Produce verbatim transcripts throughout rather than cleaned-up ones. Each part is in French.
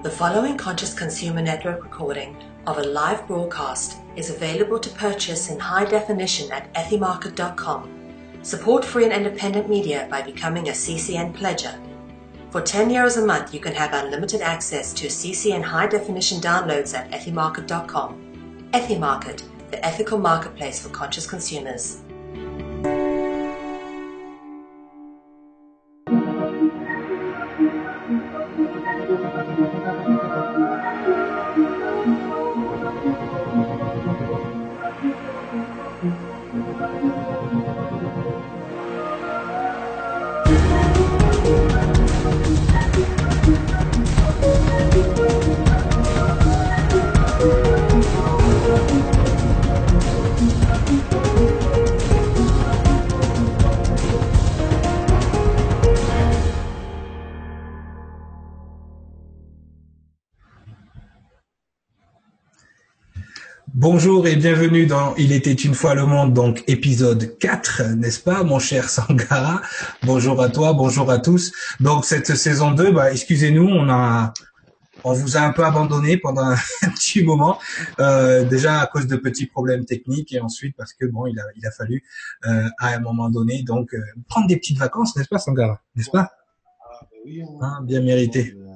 The following Conscious Consumer Network recording of a live broadcast is available to purchase in high definition at ethymarket dot com. Support free and independent media by becoming a C C N pledger. For ten euros a month, you can have unlimited access to C C N high definition downloads at ethymarket dot com. Ethymarket, the ethical marketplace for conscious consumers. Bonjour et bienvenue dans Il était une fois le monde, donc épisode quatre, n'est-ce pas, mon cher Sangara? Bonjour à toi, bonjour à tous. Donc cette saison deux, bah excusez-nous, on a, on vous a un peu abandonné pendant un, un petit moment, euh, déjà à cause de petits problèmes techniques et ensuite parce que bon, il a, il a fallu euh, à un moment donné donc euh, prendre des petites vacances, n'est-ce pas, Sangara? N'est-ce pas? Ah, ben oui, on, hein, bien mérité. Euh,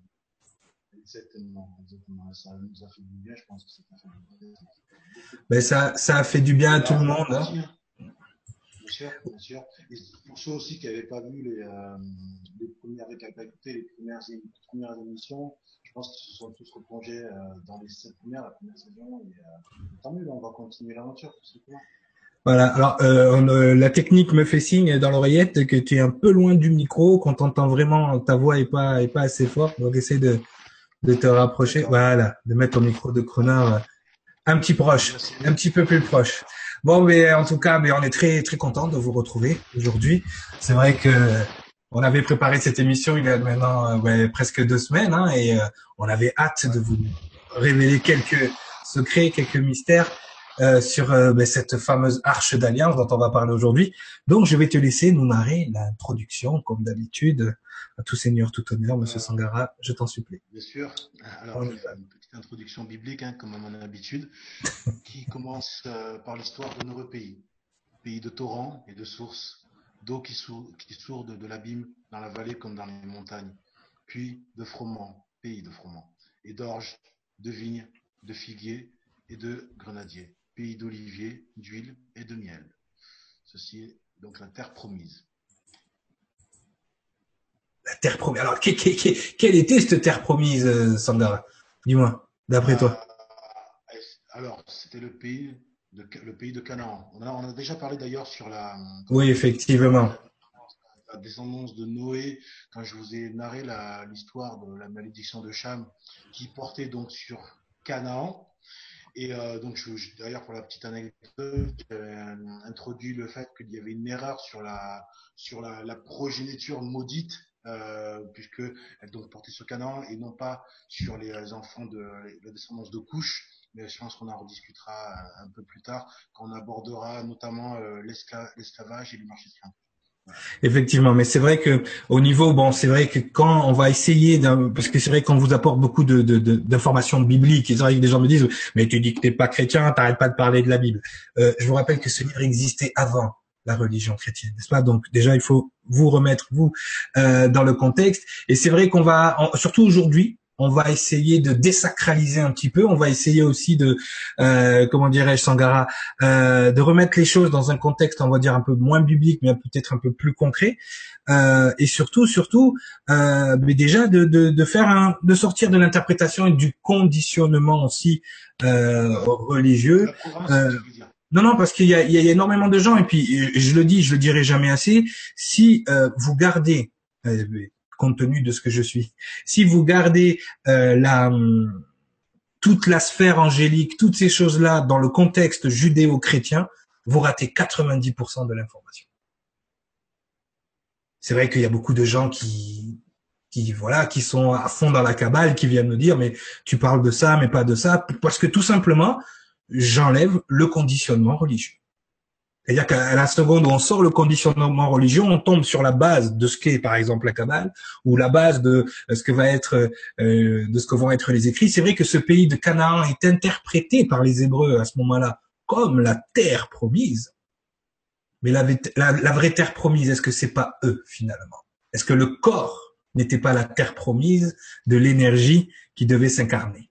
exactement, exactement. Ça nous a fait du bien, je pense que ça a fait du bien. Ben ça, ça a fait du bien à tout le monde. Hein. Bien sûr, bien sûr. Et pour ceux aussi qui n'avaient pas vu les, euh, les premières, avec la qualité, les premières, les premières émissions, je pense qu'ils se sont tous replongés euh, dans les sept premières, la première saison. Et euh, tant mieux, là, on va continuer l'aventure, tout simplement. Voilà. Alors, euh, on, euh, la technique me fait signe dans l'oreillette que tu es un peu loin du micro, qu'on t'entend vraiment, ta voix est pas, est pas assez forte. Donc, essaie de, de te rapprocher. Voilà, de mettre ton micro de chroneur un petit proche, un petit peu plus proche. Bon, mais en tout cas, mais on est très très content de vous retrouver aujourd'hui. C'est vrai que on avait préparé cette émission il y a maintenant euh, ouais, presque deux semaines, hein, et euh, on avait hâte de vous révéler quelques secrets, quelques mystères euh, sur euh, ben, cette fameuse arche d'alliance dont on va parler aujourd'hui. Donc, je vais te laisser nous narrer l'introduction, comme d'habitude. À tout seigneur, tout honneur, Monsieur Sangara, je t'en supplie. Bien sûr. Alors, je vais faire une petite introduction biblique, hein, comme à mon habitude, qui commence euh, par l'histoire de nos pays. Pays de torrents et de sources, d'eau qui, sou qui sourde de l'abîme dans la vallée comme dans les montagnes. Puis de froment, pays de froment, et d'orge, de vignes, de figuiers et de grenadiers. Pays d'oliviers, d'huile et de miel. Ceci est donc la terre promise. La terre promise. Alors, que, que, que, quelle était cette terre promise, euh, Sangara? Dis-moi, d'après euh, toi. Alors, c'était le pays de le pays de Canaan. On a, on a déjà parlé d'ailleurs sur la. Oui, effectivement. La, la descendance de Noé, quand je vous ai narré l'histoire de la malédiction de Cham, qui portait donc sur Canaan. Et euh, donc, je, je, d'ailleurs, pour la petite anecdote, j'ai introduit le fait qu'il y avait une erreur sur la sur la, la progéniture maudite. Euh, puisque elle donc portait sur Canaan et non pas sur les, les enfants de la descendance de Couche, mais je pense qu'on en rediscutera un, un peu plus tard quand on abordera notamment euh, l'esclavage et le marché de l'esclavage. Voilà. Effectivement, mais c'est vrai que au niveau, bon, c'est vrai que quand on va essayer, parce que c'est vrai qu'on vous apporte beaucoup de, de, de, d'informations bibliques, et c'est vrai que des gens me disent, mais tu dis que t'es pas chrétien, t'arrêtes pas de parler de la Bible. Euh, je vous rappelle que ce livre existait avant la religion chrétienne, n'est-ce pas? Donc déjà, il faut vous remettre vous euh, dans le contexte. Et c'est vrai qu'on va, en, surtout aujourd'hui, on va essayer de désacraliser un petit peu. On va essayer aussi de, euh, comment dirais-je, Sangara, euh, de remettre les choses dans un contexte, on va dire un peu moins biblique, mais peut-être un peu plus concret. Euh, et surtout, surtout, euh, mais déjà de, de, de faire un, de sortir de l'interprétation et du conditionnement aussi euh, religieux. Euh, Non, non, parce qu'il y a, il y a énormément de gens, et puis je le dis, je le dirai jamais assez, si euh, vous gardez, euh, compte tenu de ce que je suis, si vous gardez euh, la toute la sphère angélique, toutes ces choses-là dans le contexte judéo-chrétien, vous ratez quatre-vingt-dix pour cent de l'information. C'est vrai qu'il y a beaucoup de gens qui qui voilà, qui sont à fond dans la cabale, qui viennent me dire, mais tu parles de ça, mais pas de ça, parce que tout simplement, j'enlève le conditionnement religieux. C'est-à-dire qu'à la seconde où on sort le conditionnement religieux, on tombe sur la base de ce qu'est, par exemple, la Kabbale, ou la base de ce que va être, euh, de ce que vont être les écrits. C'est vrai que ce pays de Canaan est interprété par les Hébreux à ce moment-là comme la terre promise. Mais la, la, la vraie terre promise, est-ce que c'est pas eux, finalement? Est-ce que le corps n'était pas la terre promise de l'énergie qui devait s'incarner?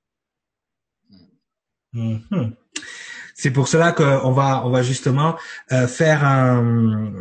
Mm-hmm. C'est pour cela qu'on va, on va justement euh, faire un,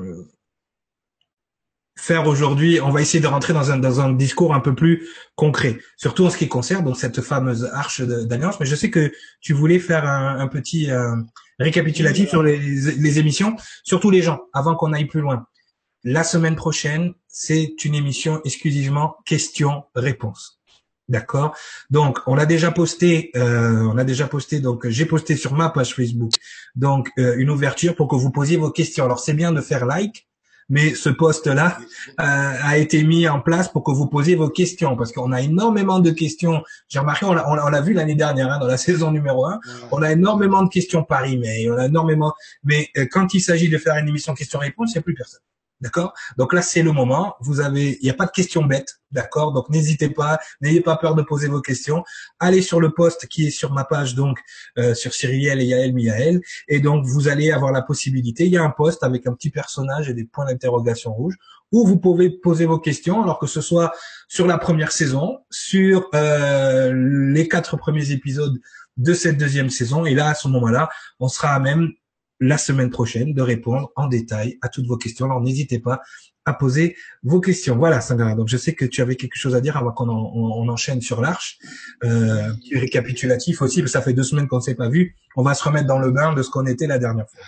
faire aujourd'hui, on va essayer de rentrer dans un, dans un discours un peu plus concret, surtout en ce qui concerne donc cette fameuse arche d'alliance. Mais je sais que tu voulais faire un, un petit euh, récapitulatif sur les, les émissions, surtout les gens, avant qu'on aille plus loin. La semaine prochaine, c'est une émission exclusivement questions-réponses. D'accord. Donc, on a déjà posté, euh, on a déjà posté, donc j'ai posté sur ma page Facebook, donc euh, une ouverture pour que vous posiez vos questions. Alors, c'est bien de faire like, mais ce post-là euh, a été mis en place pour que vous posiez vos questions, parce qu'on a énormément de questions. J'ai remarqué, on l'a, on l'a vu l'année dernière, hein, dans la saison numéro un, on a énormément de questions par email, on a énormément, mais euh, quand il s'agit de faire une émission questions-réponses, il n'y a plus personne. D'accord? Donc là, c'est le moment. Vous avez, il n'y a pas de questions bêtes. D'accord? Donc n'hésitez pas, n'ayez pas peur de poser vos questions. Allez sur le post qui est sur ma page, donc, euh, sur Cyriel et Yael Miael. Et donc, vous allez avoir la possibilité. Il y a un post avec un petit personnage et des points d'interrogation rouges où vous pouvez poser vos questions, alors que ce soit sur la première saison, sur, euh, les quatre premiers épisodes de cette deuxième saison. Et là, à ce moment-là, on sera à même la semaine prochaine de répondre en détail à toutes vos questions. Alors n'hésitez pas à poser vos questions. Voilà, Sangara. Donc je sais que tu avais quelque chose à dire avant qu'on en, on, on enchaîne sur l'arche. Euh, petit récapitulatif aussi, parce que ça fait deux semaines qu'on ne s'est pas vu. On va se remettre dans le bain de ce qu'on était la dernière fois.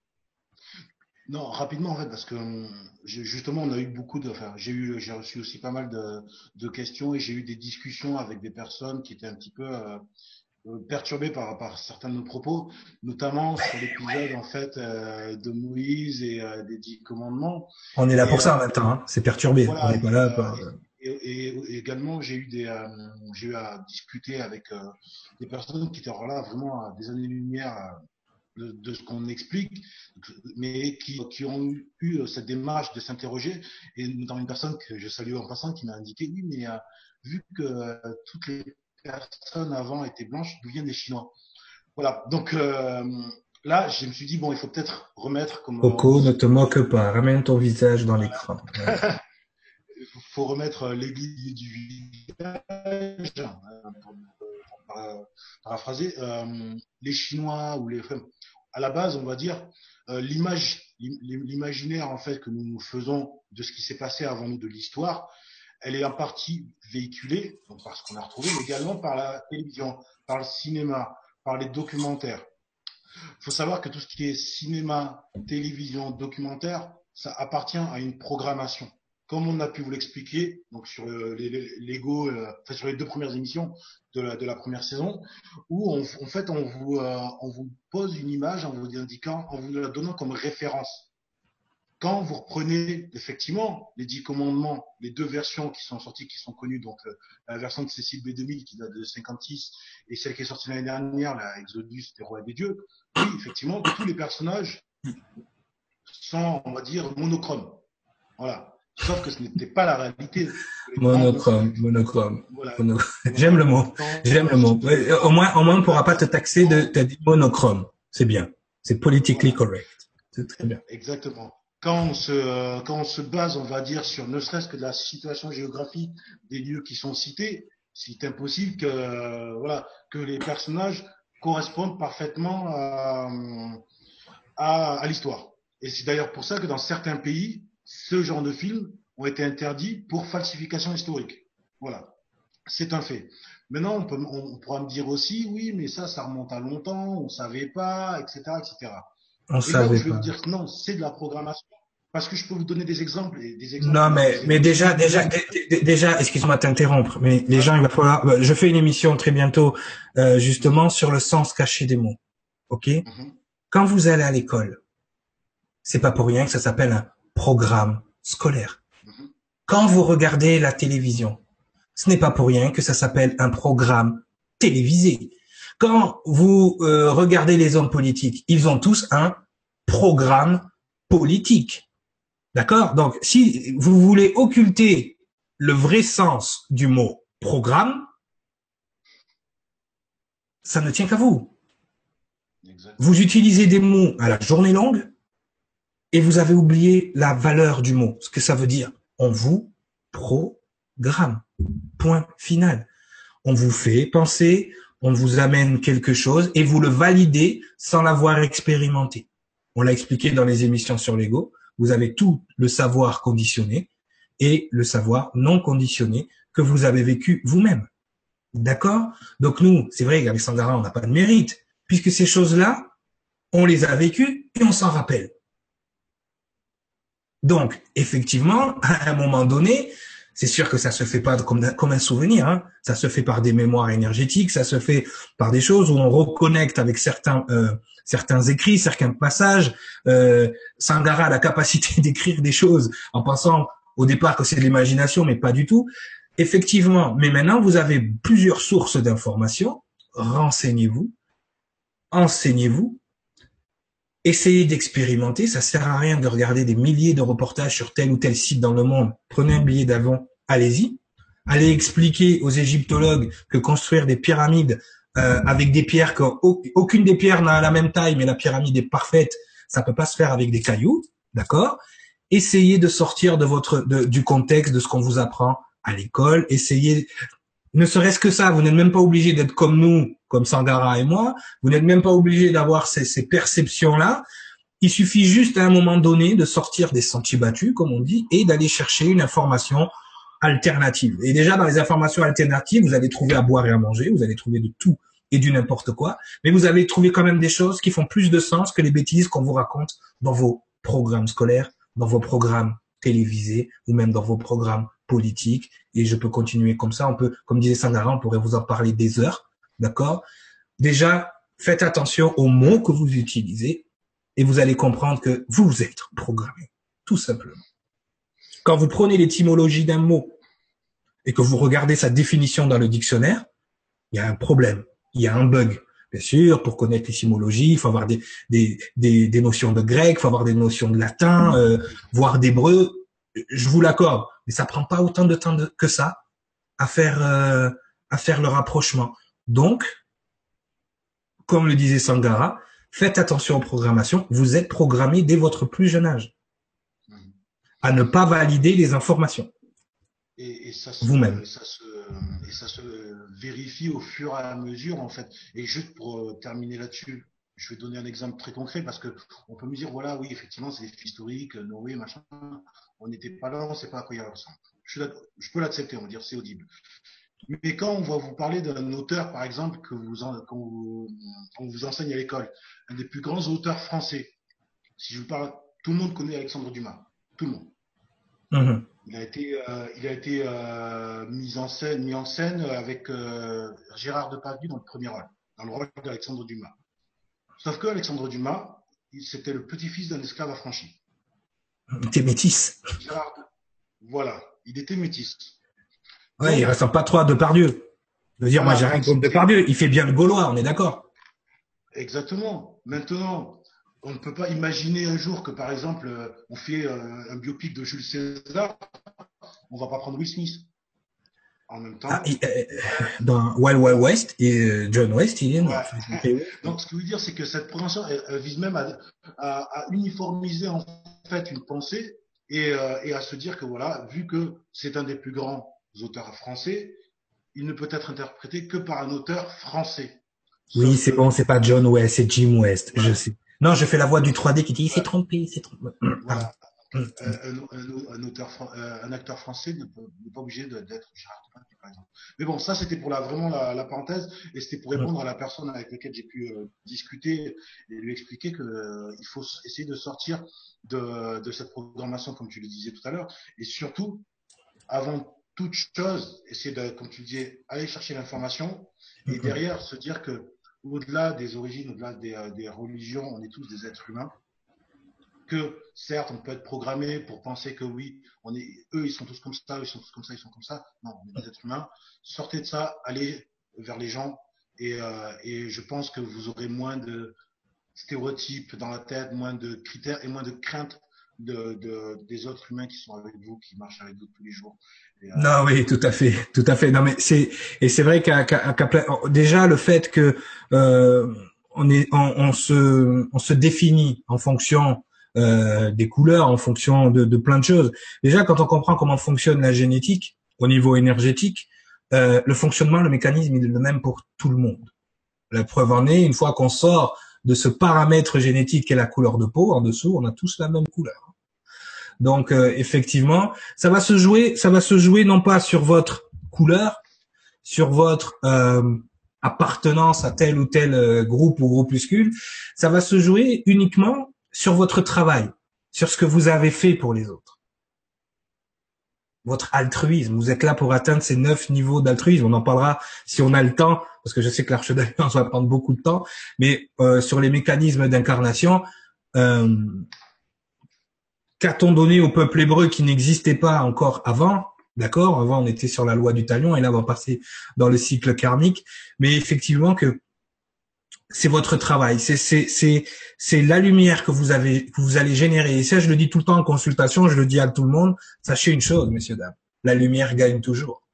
Non, rapidement en fait, parce que justement on a eu beaucoup de, enfin j'ai eu, j'ai reçu aussi pas mal de, de questions et j'ai eu des discussions avec des personnes qui étaient un petit peu euh, perturbé par, par certains de nos propos, notamment sur l'épisode en fait euh, de Moïse et euh, des dix commandements. On est là et, pour ça euh, en même temps, hein. C'est perturbé. Voilà, on n'est pas là. euh, par... et, et, et également j'ai eu des, euh, j'ai eu à discuter avec euh, des personnes qui étaient alors là vraiment à des années-lumière de, de ce qu'on explique, mais qui, qui ont eu, eu cette démarche de s'interroger, et notamment une personne que je salue en passant qui m'a indiqué oui, mais euh, vu que euh, toutes les personnes avant étaient blanches, d'où viennent les Chinois? Voilà, donc euh, là, je me suis dit, bon, il faut peut-être remettre comme... Coco, ne te moque pas, ramène ton visage dans l'écran. Il faut remettre l'église du village, pour, pour paraphraser, euh, les Chinois ou les... À la base, on va dire, euh, l'image, l'imaginaire en fait que nous nous faisons de ce qui s'est passé avant nous de l'histoire, elle est en partie véhiculée, donc par ce qu'on a retrouvé, mais également par la télévision, par le cinéma, par les documentaires. Il faut savoir que tout ce qui est cinéma, télévision, documentaire, ça appartient à une programmation. Comme on a pu vous l'expliquer, donc sur le, les, les, Lego, euh, enfin sur les deux premières émissions de la, de la première saison, où on, en fait on vous, euh, on vous pose une image en vous indiquant, en vous la donnant comme référence. Quand vous reprenez effectivement les dix commandements, les deux versions qui sont sorties, qui sont connues, donc euh, la version de Cécile B deux mille qui date de cinquante-six et celle qui est sortie l'année dernière, la Exodus des rois et des dieux, oui, effectivement, tous les personnages sont, on va dire, monochromes. Voilà. Sauf que ce n'était pas la réalité. Monochrome, monochrome. Voilà. Monochrome. J'aime le mot. J'aime le mot. Au moins, au moins, on ne pourra pas te taxer de, t'as dit monochrome. C'est bien. C'est politically voilà. correct. C'est très bien. Exactement. Quand on se, quand on se base, on va dire, sur ne serait-ce que de la situation géographique des lieux qui sont cités, c'est impossible que, voilà, que les personnages correspondent parfaitement à, à, à l'histoire. Et c'est d'ailleurs pour ça que dans certains pays, ce genre de films ont été interdits pour falsification historique. Voilà. C'est un fait. Maintenant, on, peut, on pourra me dire aussi, oui, mais ça, ça remonte à longtemps, on savait pas, et cetera, et cetera. On et savait là, je vais pas. vous dire que non, c'est de la programmation. Parce que je peux vous donner des exemples. Et des exemples non, mais, mais déjà, déjà, déjà, excuse-moi de t'interrompre, mais les gens, il va falloir, je fais une émission très bientôt, euh, justement, sur le sens caché des mots. OK? Mm-hmm. Quand vous allez à l'école, c'est pas pour rien que ça s'appelle un programme scolaire. Mm-hmm. Quand vous regardez la télévision, ce n'est pas pour rien que ça s'appelle un programme télévisé. Quand vous euh, regardez les hommes politiques, ils ont tous un programme politique. D'accord? Donc, si vous voulez occulter le vrai sens du mot programme, ça ne tient qu'à vous. Exactement. Vous utilisez des mots à la journée longue et vous avez oublié la valeur du mot, ce que ça veut dire. On vous programme. Point final. On vous fait penser, on vous amène quelque chose et vous le validez sans l'avoir expérimenté. On l'a expliqué dans les émissions sur l'ego. Vous avez tout le savoir conditionné et le savoir non conditionné que vous avez vécu vous-même. D'accord? Donc nous, c'est vrai qu'avec Sangara, on n'a pas de mérite, puisque ces choses-là, on les a vécues et on s'en rappelle. Donc, effectivement, à un moment donné, c'est sûr que ça se fait pas comme, comme un souvenir, hein. Ça se fait par des mémoires énergétiques, ça se fait par des choses où on reconnecte avec certains euh, certains écrits, certains passages. Euh, Sangara a la capacité d'écrire des choses en pensant au départ que c'est de l'imagination, mais pas du tout. Effectivement, mais maintenant vous avez plusieurs sources d'informations. Renseignez-vous, enseignez-vous. Essayez d'expérimenter, ça sert à rien de regarder des milliers de reportages sur tel ou tel site dans le monde. Prenez un billet d'avion, allez-y. Allez expliquer aux égyptologues que construire des pyramides euh, avec des pierres, qu'aucune des pierres n'a la même taille, mais la pyramide est parfaite, ça peut pas se faire avec des cailloux, d'accord? Essayez de sortir de votre de, du contexte de ce qu'on vous apprend à l'école. Essayez, ne serait-ce que ça, vous n'êtes même pas obligé d'être comme nous, comme Sangara et moi, vous n'êtes même pas obligé d'avoir ces, ces perceptions-là. Il suffit juste à un moment donné de sortir des sentiers battus, comme on dit, et d'aller chercher une information alternative. Et déjà, dans les informations alternatives, vous allez trouver à boire et à manger, vous allez trouver de tout et du n'importe quoi, mais vous allez trouver quand même des choses qui font plus de sens que les bêtises qu'on vous raconte dans vos programmes scolaires, dans vos programmes télévisés, ou même dans vos programmes politiques. Et je peux continuer comme ça. On peut, comme disait Sangara, on pourrait vous en parler des heures. D'accord? Déjà, faites attention aux mots que vous utilisez et vous allez comprendre que vous êtes programmé, tout simplement. Quand vous prenez l'étymologie d'un mot et que vous regardez sa définition dans le dictionnaire, il y a un problème, il y a un bug. Bien sûr, pour connaître l'étymologie, il faut avoir des, des, des, des notions de grec, il faut avoir des notions de latin, euh, voire d'hébreu. Je vous l'accorde, mais ça prend pas autant de temps de, que ça à faire, euh, à faire le rapprochement. Donc, comme le disait Sangara, faites attention aux programmations. Vous êtes programmé dès votre plus jeune âge à ne pas valider les informations. Et, et ça se, vous-même. Ça se, et ça se vérifie au fur et à mesure, en fait. Et juste pour terminer là-dessus, je vais donner un exemple très concret parce que on peut me dire, voilà, oui, effectivement, c'est des faits historiques, Noé, machin, on n'était pas là, on ne sait pas à quoi il ressemble. Je, je peux l'accepter, on va dire, c'est audible. Mais quand on va vous parler d'un auteur, par exemple, que vous, en, qu'on vous, qu'on vous enseigne à l'école, un des plus grands auteurs français, si je vous parle, tout le monde connaît Alexandre Dumas. Tout le monde. Mmh. Il a été, euh, il a été euh, mis en scène, mis en scène avec euh, Gérard Depardieu dans le premier rôle, dans le rôle d'Alexandre Dumas. Sauf que Alexandre Dumas, c'était le petit-fils d'un esclave affranchi. Il était métis. Gérard, voilà, il était métis. Ouais, donc, il ressemble pas trop à Depardieu. Je veux dire, voilà, moi, j'ai rien contre Depardieu. Il fait bien le Gaulois, on est d'accord. Exactement. Maintenant, on ne peut pas imaginer un jour que, par exemple, on fait un biopic de Jules César, on va pas prendre Will Smith. En même temps. Ah, il, euh, dans Wild Wild West, et John West, il est noir. Ouais. Donc, ce que je veux dire, c'est que cette prévention, elle, elle vise même à, à, à uniformiser en fait une pensée et, euh, et à se dire que voilà, vu que c'est un des plus grands auteurs français, il ne peut être interprété que par un auteur français. Oui, c'est bon, c'est pas John West, c'est Jim West, ouais. Je sais. Non, je fais la voix du trois D qui dit, il s'est trompé, il s'est trompé. Voilà. un, un, un, auteur, un acteur français n'est pas obligé d'être Gérard Depardieu, par exemple. Mais bon, ça, c'était pour la, vraiment la, la parenthèse, et c'était pour répondre à la personne avec laquelle j'ai pu euh, discuter et lui expliquer qu'il euh, faut essayer de sortir de, de cette programmation, comme tu le disais tout à l'heure, et surtout, avant toute chose, essayer de, comme tu disais, aller chercher l'information, et derrière, se dire que au-delà des origines, au-delà des, des religions, on est tous des êtres humains. Que certes, on peut être programmé pour penser que oui, on est, eux, ils sont tous comme ça, eux, ils sont tous comme ça, ils sont comme ça. Non, on est des êtres humains. Sortez de ça, allez vers les gens, et, euh, et je pense que vous aurez moins de, stéréotypes dans la tête, moins de critères et moins de craintes de, de, des autres humains qui sont avec vous, qui marchent avec vous tous les jours. Et, euh, Non, oui, tout à fait, tout à fait. Non, mais c'est et c'est vrai qu'à, qu'à, qu'à plein- déjà le fait que euh, on est, on, on se, on se définit en fonction euh, des couleurs, en fonction de, de plein de choses. Déjà, quand on comprend comment fonctionne la génétique au niveau énergétique, euh, le fonctionnement, le mécanisme, il est le même pour tout le monde. La preuve en est, une fois qu'on sort de ce paramètre génétique qui est la couleur de peau, en dessous, on a tous la même couleur. Donc euh, effectivement, ça va se jouer, ça va se jouer non pas sur votre couleur, sur votre euh, appartenance à tel ou tel euh, groupe ou groupuscule, ça va se jouer uniquement sur votre travail, sur ce que vous avez fait pour les autres. Votre altruisme, vous êtes là pour atteindre ces neuf niveaux d'altruisme. On en parlera si on a le temps, parce que je sais que l'Arche d'Alliance va prendre beaucoup de temps, mais euh, sur les mécanismes d'incarnation, euh, qu'a-t-on donné au peuple hébreu qui n'existait pas encore avant? D'accord, avant on était sur la loi du talion et là on va passer dans le cycle karmique, mais effectivement que c'est votre travail, c'est c'est c'est c'est la lumière que vous avez que vous allez générer. Et ça je le dis tout le temps en consultation, je le dis à tout le monde, sachez une chose messieurs dames, la lumière gagne toujours.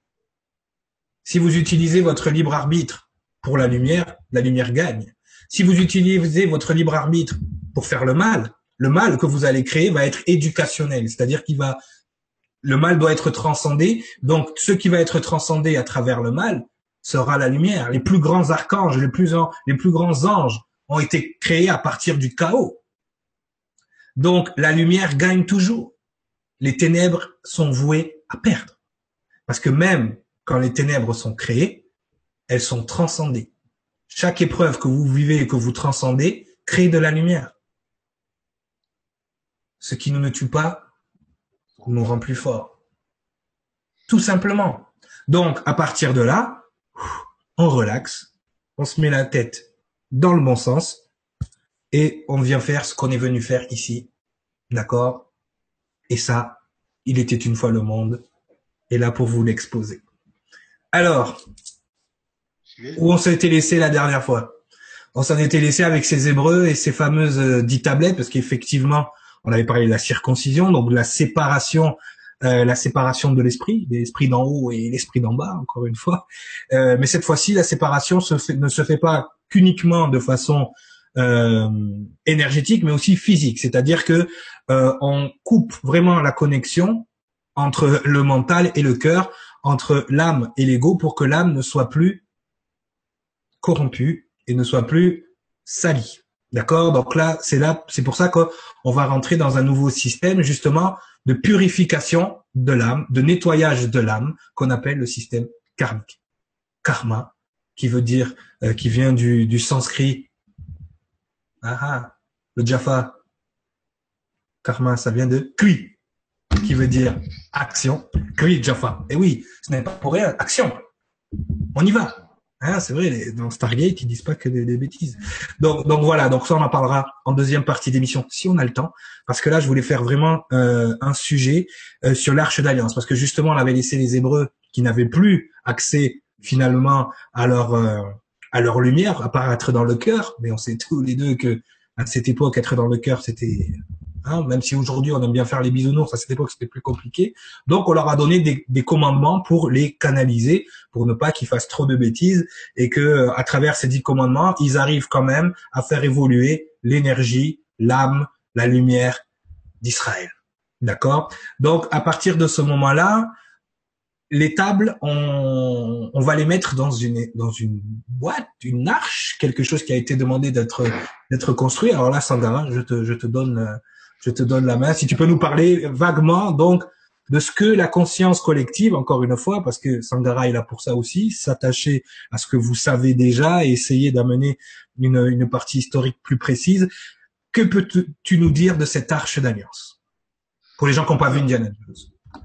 Si vous utilisez votre libre arbitre pour la lumière, la lumière gagne. Si vous utilisez votre libre arbitre pour faire le mal, le mal que vous allez créer va être éducationnel, c'est-à-dire qu'il va, le mal doit être transcendé. Donc, ce qui va être transcendé à travers le mal sera la lumière. Les plus grands archanges, les plus, les plus grands anges ont été créés à partir du chaos. Donc, la lumière gagne toujours. Les ténèbres sont vouées à perdre. Parce que même quand les ténèbres sont créées, elles sont transcendées. Chaque épreuve que vous vivez et que vous transcendez crée de la lumière. Ce qui nous ne tue pas nous rend plus forts. Tout simplement. Donc, à partir de là, on relaxe, on se met la tête dans le bon sens et on vient faire ce qu'on est venu faire ici. D'accord? Et ça, il était une fois le monde est là pour vous l'exposer. Alors, où on s'était laissé la dernière fois? On s'en était laissé avec ces Hébreux et ces fameuses euh, dix tablettes, parce qu'effectivement, on avait parlé de la circoncision, donc de la séparation, euh, la séparation de l'esprit, l'esprit d'en haut et l'esprit d'en bas, encore une fois. Euh, mais cette fois-ci, la séparation se fait, ne se fait pas qu'uniquement de façon euh, énergétique, mais aussi physique. C'est-à-dire que euh, on coupe vraiment la connexion entre le mental et le cœur, entre l'âme et l'ego, pour que l'âme ne soit plus corrompue et ne soit plus salie. D'accord? Donc là, c'est là, c'est pour ça qu'on va rentrer dans un nouveau système, justement, de purification de l'âme, de nettoyage de l'âme, qu'on appelle le système karmique. Karma, qui veut dire, euh, qui vient du, du sanskrit. Ah ah, le Jaffa. Karma, ça vient de Kri, qui veut dire action. Kri Jaffa. Et oui, ce n'est pas pour rien, action. On y va. Hein, c'est vrai, les, dans Stargate, ils disent pas que des, des bêtises. Donc, donc voilà, donc ça on en parlera en deuxième partie d'émission, si on a le temps, parce que là je voulais faire vraiment euh, un sujet euh, sur l'Arche d'Alliance, parce que justement on avait laissé les Hébreux qui n'avaient plus accès finalement à leur euh, à leur lumière, apparaître dans le cœur, mais on sait tous les deux que à cette époque être dans le cœur c'était Hein, même si aujourd'hui on aime bien faire les bisounours, à cette époque c'était plus compliqué. Donc on leur a donné des, des commandements pour les canaliser, pour ne pas qu'ils fassent trop de bêtises et que à travers ces dix commandements, ils arrivent quand même à faire évoluer l'énergie, l'âme, la lumière d'Israël. D'accord? Donc à partir de ce moment-là, les tables, on, on va les mettre dans une dans une boîte, une arche, quelque chose qui a été demandé d'être d'être construit. Alors là, Sangara, je te je te donne je te donne la main. Si tu peux nous parler vaguement donc de ce que la conscience collective, encore une fois, parce que Sangara est là pour ça aussi, s'attacher à ce que vous savez déjà et essayer d'amener une une partie historique plus précise. Que peux-tu nous dire de cette arche d'alliance pour les gens qui n'ont pas vu Indiana Jones?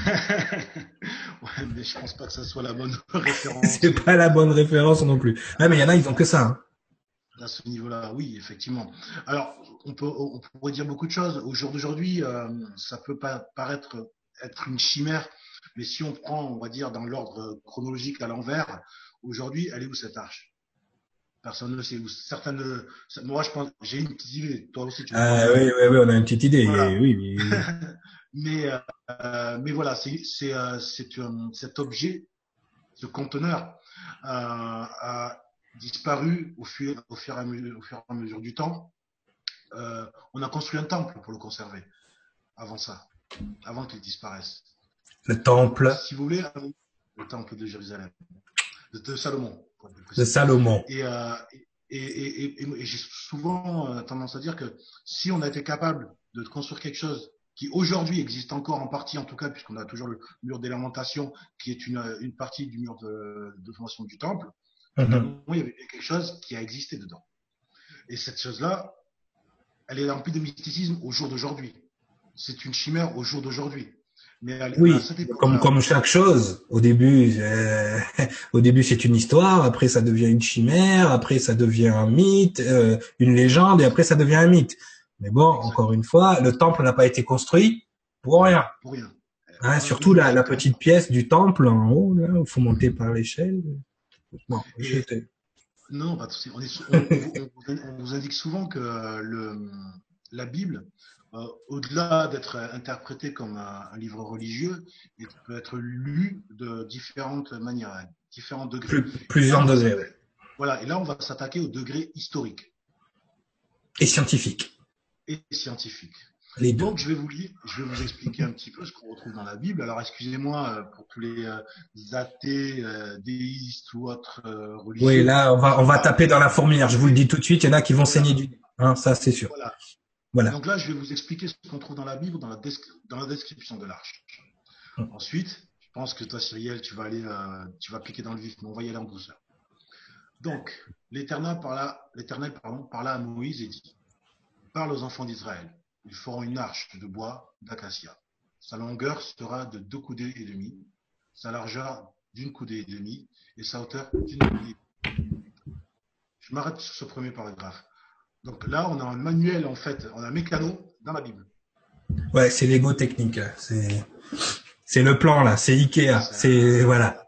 Ouais, mais je pense pas que ça soit la bonne référence. C'est pas la bonne référence non plus. Ah, mais il y en a, ils ont que ça. Hein. À ce niveau-là, oui, effectivement. Alors, on peut, on pourrait dire beaucoup de choses. Au jour d'aujourd'hui, euh, ça peut pas paraître être une chimère, mais si on prend, on va dire, dans l'ordre chronologique à l'envers, aujourd'hui, elle est où cette arche? Personne ne sait. Ou certaines, moi, je pense, j'ai une petite idée. Toi aussi, tu Ah oui, oui, oui, on a une petite idée. voilà. Oui, oui. mais, euh, mais voilà, c'est, c'est, euh, c'est un, cet objet, ce conteneur, euh, a disparu au fur, au fur et à mesure, au fur et à mesure du temps. Euh, on a construit un temple pour le conserver. Avant ça, avant qu'il disparaisse. Le temple. Si vous voulez, le temple de Jérusalem, de, de Salomon. De Salomon. Et, euh, et, et, et, et, et j'ai souvent euh, tendance à dire que si on a été capable de construire quelque chose qui aujourd'hui existe encore en partie, en tout cas, puisqu'on a toujours le mur des lamentations, qui est une, une partie du mur de, de formation du temple, mm-hmm. il y avait quelque chose qui a existé dedans. Et cette chose-là, elle est remplie de mysticisme au jour d'aujourd'hui. C'est une chimère au jour d'aujourd'hui. Mais elle, oui, comme, comme chaque chose. Au début, euh, au début c'est une histoire, après ça devient une chimère, après ça devient un mythe, euh, une légende, et après ça devient un mythe. Mais bon, exactement. Encore une fois, le temple n'a pas été construit pour rien. Pour rien. Hein, surtout la, la petite pièce du temple en haut, là, il faut monter par l'échelle. Bon, et, non, pas de souci. On, est, on, on, on, on vous indique souvent que le, la Bible, Euh, au-delà d'être interprété comme un, un livre religieux, il peut être lu de différentes manières, à différents degrés. Plus, plusieurs là, degrés, oui. Voilà, et là, on va s'attaquer au degré historique. Et scientifique. Et scientifique. Les deux. Donc, je vais vous lire, je vais vous expliquer un petit peu ce qu'on retrouve dans la Bible. Alors, excusez-moi pour tous les euh, athées, euh, déistes ou autres euh, religieux. Oui, là, on va, on va taper dans la fourmilière. Je vous le dis tout de suite, il y en a qui vont voilà. saigner du nez. Hein, ça, c'est sûr. Voilà. Voilà. Donc là, je vais vous expliquer ce qu'on trouve dans la Bible, dans la, dans la description de l'arche. Hum. Ensuite, je pense que toi, Cyrielle, tu vas aller, euh, tu vas cliquer dans le vif, mais on va y aller en douceur. Donc, l'Éternel parla, l'Éternel, pardon, parla à Moïse et dit, parle aux enfants d'Israël. Ils feront une arche de bois d'acacia. Sa longueur sera de deux coudées et demie, sa largeur d'une coudée et demie, et sa hauteur d'une coudée. Je m'arrête sur ce premier paragraphe. Donc là, on a un manuel, en fait, on a un mécano dans la Bible. Ouais, c'est Lego technique, là. C'est, c'est le plan, là. C'est Ikea. C'est, c'est un... voilà.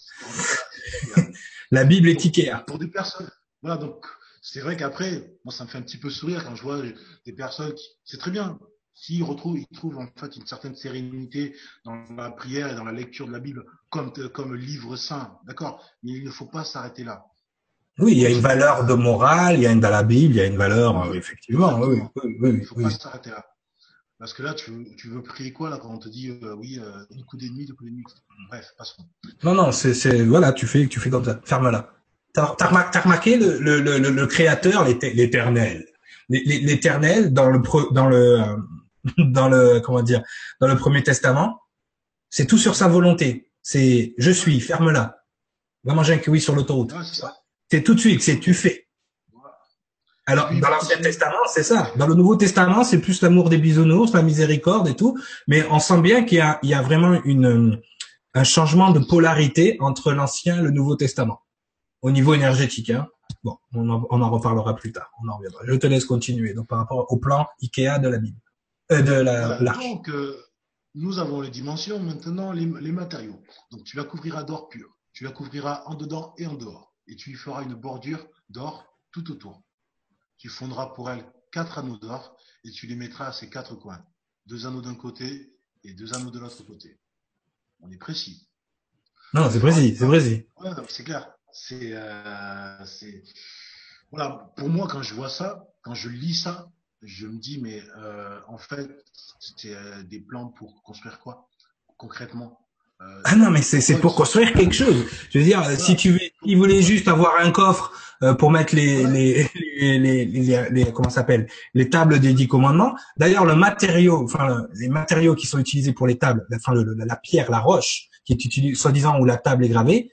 La Bible est Ikea. Pour des personnes. Voilà, donc, c'est vrai qu'après, moi, ça me fait un petit peu sourire quand je vois des personnes qui, c'est très bien. S'ils retrouvent, ils trouvent, en fait, une certaine sérénité dans la prière et dans la lecture de la Bible comme, comme livre saint. D'accord? Mais il ne faut pas s'arrêter là. Oui, il y a une valeur de morale, il y a une, dans la Bible, il y a une valeur, euh, effectivement, oui, oui, oui. Il ne faut oui. pas s'arrêter là. Parce que là, tu veux, tu veux prier quoi, là, quand on te dit, euh, oui, euh, une coup d'ennemi, deux coups d'ennemi. Bref, passons. Non, non, c'est, c'est, voilà, tu fais, tu fais comme ça. Ferme-la. T'as, t'as, t'as remarqué le, le, le, le créateur, l'éternel. L'éternel, dans le, dans le, dans le, comment dire, dans le Premier Testament, c'est tout sur sa volonté. C'est, je suis, ferme-la. Va manger un kiwi sur l'autoroute. Ouais, c'est ça. C'est tout de suite, c'est tu fais. Alors, dans l'Ancien Testament, c'est ça. Dans le Nouveau Testament, c'est plus l'amour des bisounours, la miséricorde et tout. Mais on sent bien qu'il y a, il y a vraiment une, un changement de polarité entre l'Ancien et le Nouveau Testament. Au niveau énergétique, hein. Bon, on en, on en reparlera plus tard. On en reviendra. Je te laisse continuer. Donc, par rapport au plan Ikea de la Bible. Euh, de la, voilà, l'arche. Donc, euh, nous avons les dimensions, maintenant, les, les matériaux. Donc, tu la couvriras d'or pur. Tu la couvriras en dedans et en dehors. Et tu y feras une bordure d'or tout autour. Tu fondras pour elle quatre anneaux d'or et tu les mettras à ses quatre coins. Deux anneaux d'un côté et deux anneaux de l'autre côté. On est précis. Non, c'est précis, c'est précis. Ouais, c'est clair. C'est, euh, c'est, voilà. Pour moi, quand je vois ça, quand je lis ça, je me dis, mais euh, en fait, c'est euh, des plans pour construire quoi, concrètement? Euh, ah non, mais c'est, c'est pour construire quelque chose. Je veux dire, voilà. si tu veux, il voulait juste avoir un coffre euh, pour mettre les, les, les, les, les, les, comment ça s'appelle, les tables des dix commandements. D'ailleurs, le matériau, enfin, les matériaux qui sont utilisés pour les tables, enfin, le, la pierre, la roche, qui est utilisée, soi-disant, où la table est gravée,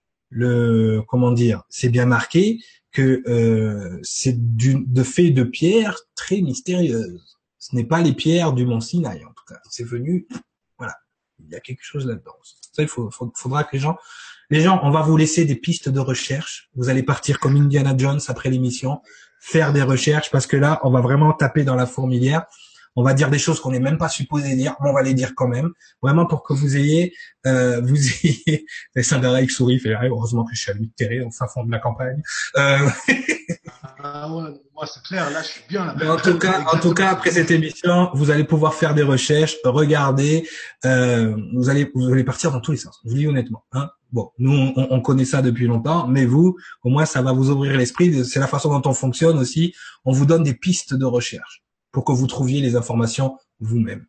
le, comment dire, c'est bien marqué que euh, c'est du, de fait de pierres très mystérieuses. Ce n'est pas les pierres du Mont Sinaï, en tout cas. C'est venu, voilà. Il y a quelque chose là-dedans. Ça, il faut, faut, faudra que les gens, les gens, on va vous laisser des pistes de recherche. Vous allez partir comme Indiana Jones après l'émission, faire des recherches parce que là, on va vraiment taper dans la fourmilière. On va dire des choses qu'on n'est même pas supposé dire, mais on va les dire quand même, vraiment pour que vous ayez, euh, vous ayez. Et Sangara qui sourit, fait heureusement que je suis à lui de terrer au fin fond de la campagne. Euh... Ah ouais, moi c'est clair, là je suis bien là. Mais en tout cas, en tout cas, après cette émission, vous allez pouvoir faire des recherches, regarder, euh, vous allez, vous allez partir dans tous les sens. Je vous dis honnêtement. Hein. Bon, nous on, on connaît ça depuis longtemps, mais vous, au moins, ça va vous ouvrir l'esprit. C'est la façon dont on fonctionne aussi. On vous donne des pistes de recherche pour que vous trouviez les informations vous-même.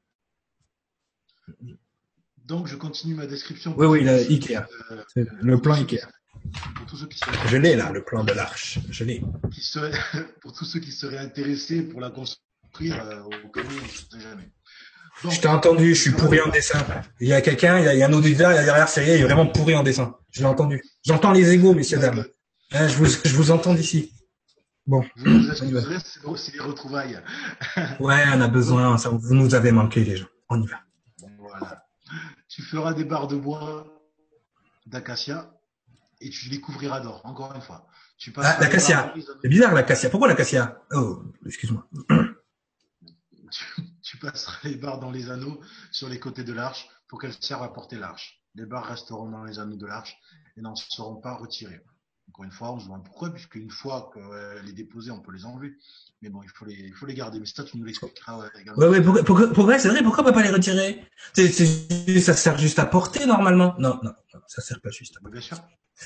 Donc je continue ma description. Oui, oui, le Ikea, euh, le plan Ikea. Pour tous ceux qui seraient... Je l'ai là, le plan de l'arche. Je l'ai. Qui serait... Pour tous ceux qui seraient intéressés pour la construire, euh, au cas où on ne sait jamais. Donc, je t'ai entendu, je suis pourri en dessin. Il y a quelqu'un, il y a, il y a un auditeur, il y a derrière Cyril, il est vraiment pourri en dessin. Je l'ai entendu. J'entends les égos, messieurs, dames. Hein, je vous, je vous entends d'ici. Bon. Vous vous excuserez, c'est les retrouvailles. Ouais, on a besoin, ça, vous nous avez manqué, les gens. On y va. Voilà. Tu feras des barres de bois d'acacia et tu les couvriras d'or, encore une fois. Tu ah, l'acacia. C'est bizarre, l'acacia. Pourquoi l'acacia? Oh, excuse-moi. Tu, tu passeras les barres dans les anneaux sur les côtés de l'arche pour qu'elles servent à porter l'arche. Les barres resteront dans les anneaux de l'arche et n'en seront pas retirées. Encore une fois, on se demande pourquoi, puisque une fois qu'elle est déposée, on peut les enlever. Mais bon, il faut les, il faut les garder. Mais ça, tu nous l'expliqueras ouais, également. Ouais, ouais, pourquoi, pourquoi, pourquoi c'est vrai, pourquoi on peut pas les retirer? C'est, c'est, ça sert juste à porter, normalement. Non, non, non, ça sert pas juste à porter. Bien sûr.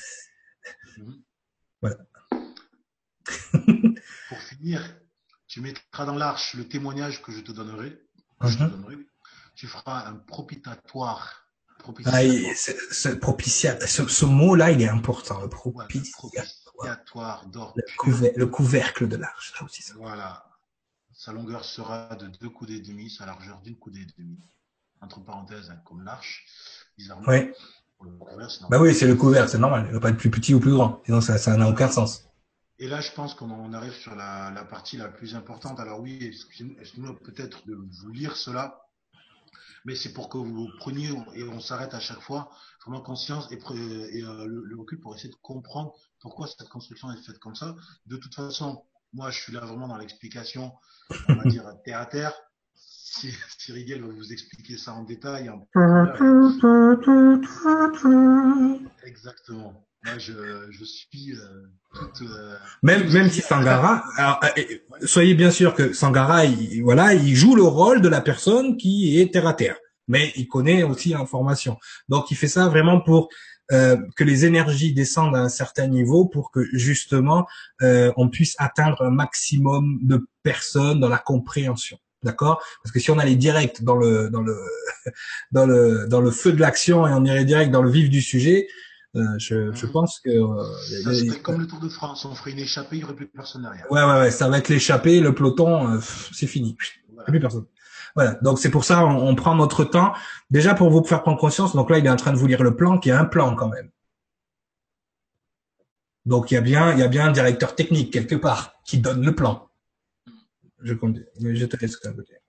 Voilà. Pour finir, tu mettras dans l'arche le témoignage que je te donnerai. Que mm-hmm. je te donnerai. Tu feras un propitiatoire. propitiatoire. Ah, c'est, c'est propitiat, ce, ce mot-là, il est important. Le propitiatoire. Ouais, propitiatoire d'or. Le, couver, le couvercle de l'arche, ça aussi. Ça. Voilà. Sa longueur sera de deux coudées et demi, sa largeur d'une coudée et demi. Entre parenthèses, hein, comme l'arche. Bizarrement. Oui. Bah oui, c'est le couvert, c'est normal. Il ne va pas être plus petit ou plus grand. Sinon, ça, ça n'a aucun sens. Et là, je pense qu'on arrive sur la, la partie la plus importante. Alors oui, excusez-moi peut-être de vous lire cela, mais c'est pour que vous preniez, et on s'arrête à chaque fois, vraiment conscience et, et euh, le, le recul pour essayer de comprendre pourquoi cette construction est faite comme ça. De toute façon, moi, je suis là vraiment dans l'explication, on va dire, terre à terre. Si, si Rigel va vous expliquer ça en détail. En... Exactement. Moi, je, je suis euh, toute, euh, même même si Sangara, alors, euh, soyez bien sûr que Sangara, il, voilà, il joue le rôle de la personne qui est terre à terre, mais il connaît aussi l'information. Donc, il fait ça vraiment pour euh, que les énergies descendent à un certain niveau, pour que justement euh, on puisse atteindre un maximum de personnes dans la compréhension. D'accord? Parce que si on allait direct dans le dans le dans le dans le feu de l'action et on irait direct dans le vif du sujet, euh, je, je pense que euh, ça serait comme le Tour de France, on ferait une échappée, il n'y aurait plus personne derrière. Ouais ouais ouais, ça va être l'échappée, le peloton, euh, c'est fini, il n'y a plus personne. Voilà, donc c'est pour ça on, on prend notre temps déjà pour vous faire prendre conscience. Donc là il est en train de vous lire le plan, qui est un plan quand même. Donc il y a bien il y a bien un directeur technique quelque part qui donne le plan. Je compte, je te laisse un côté.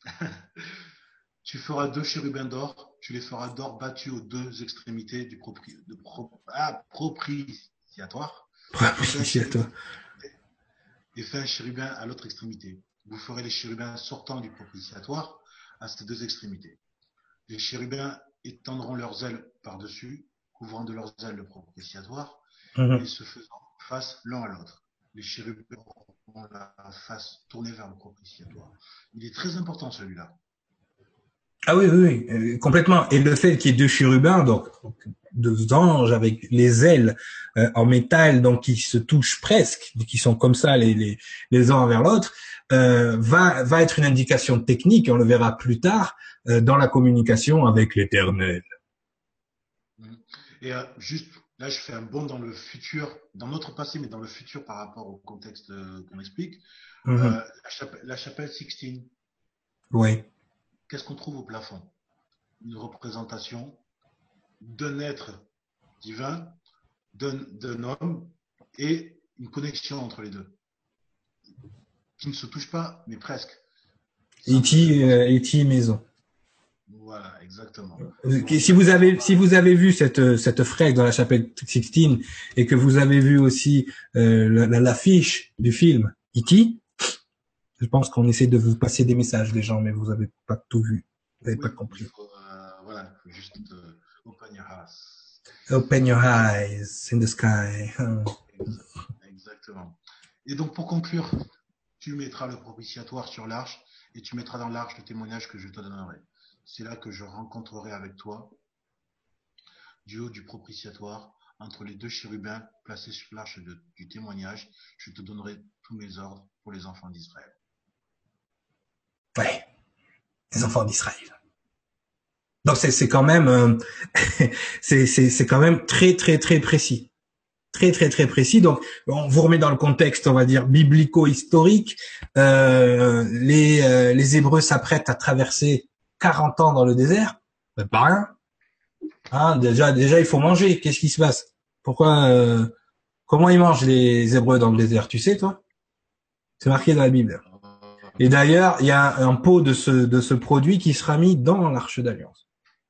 Tu feras deux chérubins d'or, tu les feras d'or battus aux deux extrémités du propri, de pro, ah, propitiatoire. Propitiatoire. Et fais un chérubin à l'autre extrémité. Vous ferez les chérubins sortant du propitiatoire à ces deux extrémités. Les chérubins étendront leurs ailes par-dessus, couvrant de leurs ailes le propitiatoire, mm-hmm. et se faisant face l'un à l'autre. Les chérubins auront la face tournée vers le propitiatoire. Il est très important celui-là. Ah oui, oui, oui, euh, complètement. Et le fait qu'il y ait deux chérubins, donc deux anges avec les ailes euh, en métal, donc qui se touchent presque, qui sont comme ça les les, les uns envers l'autre, euh, va va être une indication technique. On le verra plus tard euh, dans la communication avec l'Éternel. Et euh, juste là, je fais un bond dans le futur, dans notre passé, mais dans le futur par rapport au contexte euh, qu'on explique. Mm-hmm. euh, la, chapelle, la chapelle Sixtine. Oui. Qu'est-ce qu'on trouve au plafond? Une représentation d'un être divin, d'un, d'un homme, et une connexion entre les deux, qui ne se touchent pas, mais presque. E T euh, E T maison. Voilà, exactement. Si vous avez, si vous avez vu cette cette fresque dans la chapelle Sixtine et que vous avez vu aussi euh, la, l'affiche du film E T, Je pense qu'on essaie de vous passer des messages, les gens, mais vous avez pas tout vu. Vous n'avez Oui, pas compris. il faut, euh, voilà, il faut juste euh, open your eyes. Open your eyes in the sky. Exactement. Et donc, pour conclure, tu mettras le propitiatoire sur l'arche et tu mettras dans l'arche le témoignage que je te donnerai. C'est là que je rencontrerai avec toi, du haut du propitiatoire, entre les deux chérubins placés sur l'arche du témoignage, je te donnerai tous mes ordres pour les enfants d'Israël. Ouais, les enfants d'Israël. Donc c'est c'est quand même euh, c'est c'est c'est quand même très très très précis. Très très très précis. Donc on vous remet dans le contexte, on va dire biblico-historique. Euh, les euh, les Hébreux s'apprêtent à traverser quarante ans dans le désert. Ben, pas rien. Hein, déjà déjà il faut manger. Qu'est-ce qui se passe? Pourquoi euh, comment ils mangent les Hébreux dans le désert? Tu sais toi? C'est marqué dans la Bible. Et d'ailleurs, il y a un pot de ce de ce produit qui sera mis dans l'arche d'alliance.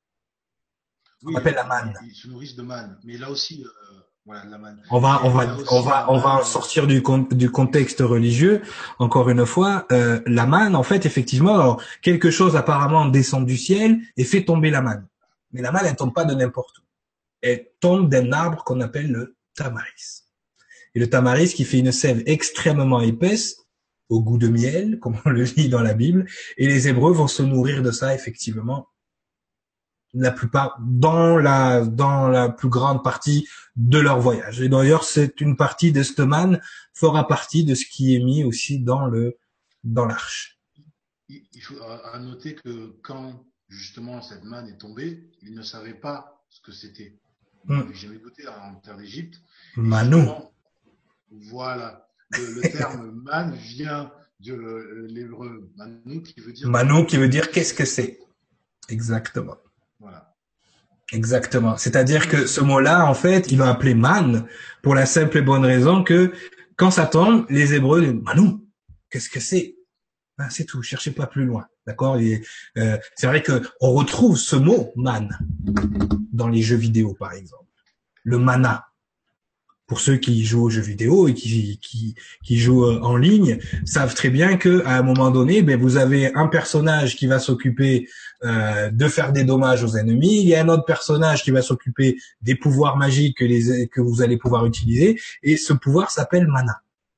Oui, on appelle la manne. Ils se nourrissent de manne, mais là aussi, euh, voilà, de la manne. On va, Et on va, là aussi, on va, on va manne, sortir du, con- du contexte religieux. Encore une fois, euh, la manne, en fait, effectivement, alors, quelque chose apparemment descend du ciel et fait tomber la manne. Mais la manne, elle tombe pas de n'importe où. Elle tombe d'un arbre qu'on appelle le tamaris. Et le tamaris qui fait une sève extrêmement épaisse, au goût de miel, comme on le lit dans la Bible, et les Hébreux vont se nourrir de ça, effectivement, la plupart, dans la, dans la plus grande partie de leur voyage. Et d'ailleurs, c'est une partie de cette manne fera partie de ce qui est mis aussi dans le, dans l'arche. il, il faut à, à noter que quand, justement, cette manne est tombée, ils ne savaient pas ce que c'était. Ils n'avaient Hmm. jamais goûté en terre d'Égypte. Et Manou. finalement, voilà, le, le terme manne vient de euh, l'hébreu manou, qui veut dire Manou qui veut dire qu'est-ce que c'est. Exactement. voilà. Exactement. C'est-à-dire que ce mot-là, en fait, ils l'ont appelé man pour la simple et bonne raison que quand ça tombe, les Hébreux disent Manou, qu'est-ce que c'est? Ben, c'est tout. Cherchez pas plus loin. D'accord? Et, euh, c'est vrai que on retrouve ce mot man dans les jeux vidéo, par exemple. Le mana. Pour ceux qui jouent aux jeux vidéo et qui, qui, qui jouent en ligne, savent très bien que à un moment donné, ben, vous avez un personnage qui va s'occuper euh, de faire des dommages aux ennemis, il y a un autre personnage qui va s'occuper des pouvoirs magiques que, les, que vous allez pouvoir utiliser, et ce pouvoir s'appelle mana.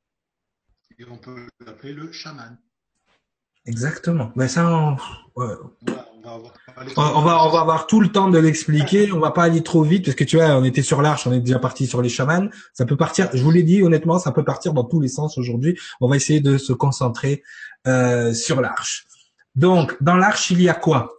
Et on peut l'appeler le chaman. Exactement. Ben ça, on, ouais. Voilà, on va avoir parlé on, on va on va avoir tout le temps de l'expliquer. On va pas aller trop vite parce que tu vois, on était sur l'arche, on est déjà parti sur les chamans. Ça peut partir. Je vous l'ai dit honnêtement, ça peut partir dans tous les sens aujourd'hui. On va essayer de se concentrer euh, sur l'arche. Donc, dans l'arche, il y a quoi?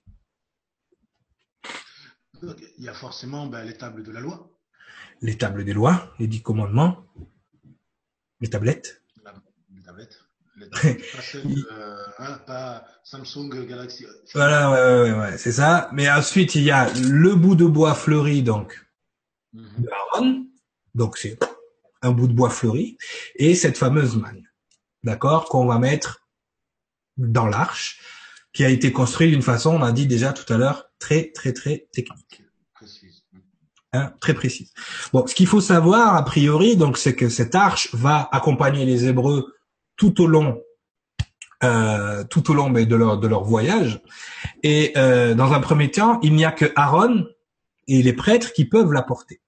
Donc, il y a forcément ben, les tables de la loi. Les tables des lois, les dix commandements, les tablettes. La, les tablettes. Les tablettes pas, celles, euh, hein, pas Samsung Galaxy. Voilà, ouais, ouais, ouais, ouais, c'est ça. Mais ensuite, il y a le bout de bois fleuri, donc, Mm-hmm. de Aaron. Donc, c'est un bout de bois fleuri. Et cette fameuse manne. D'accord? Qu'on va mettre dans l'arche, qui a été construite d'une façon, on a dit déjà tout à l'heure, très, très, très technique. Précise. Hein, très précise. Bon, ce qu'il faut savoir, a priori, donc, c'est que cette arche va accompagner les Hébreux tout au long, euh, tout au long mais de leur de leur voyage. Et euh, dans un premier temps, il n'y a que Aaron et les prêtres qui peuvent la porter.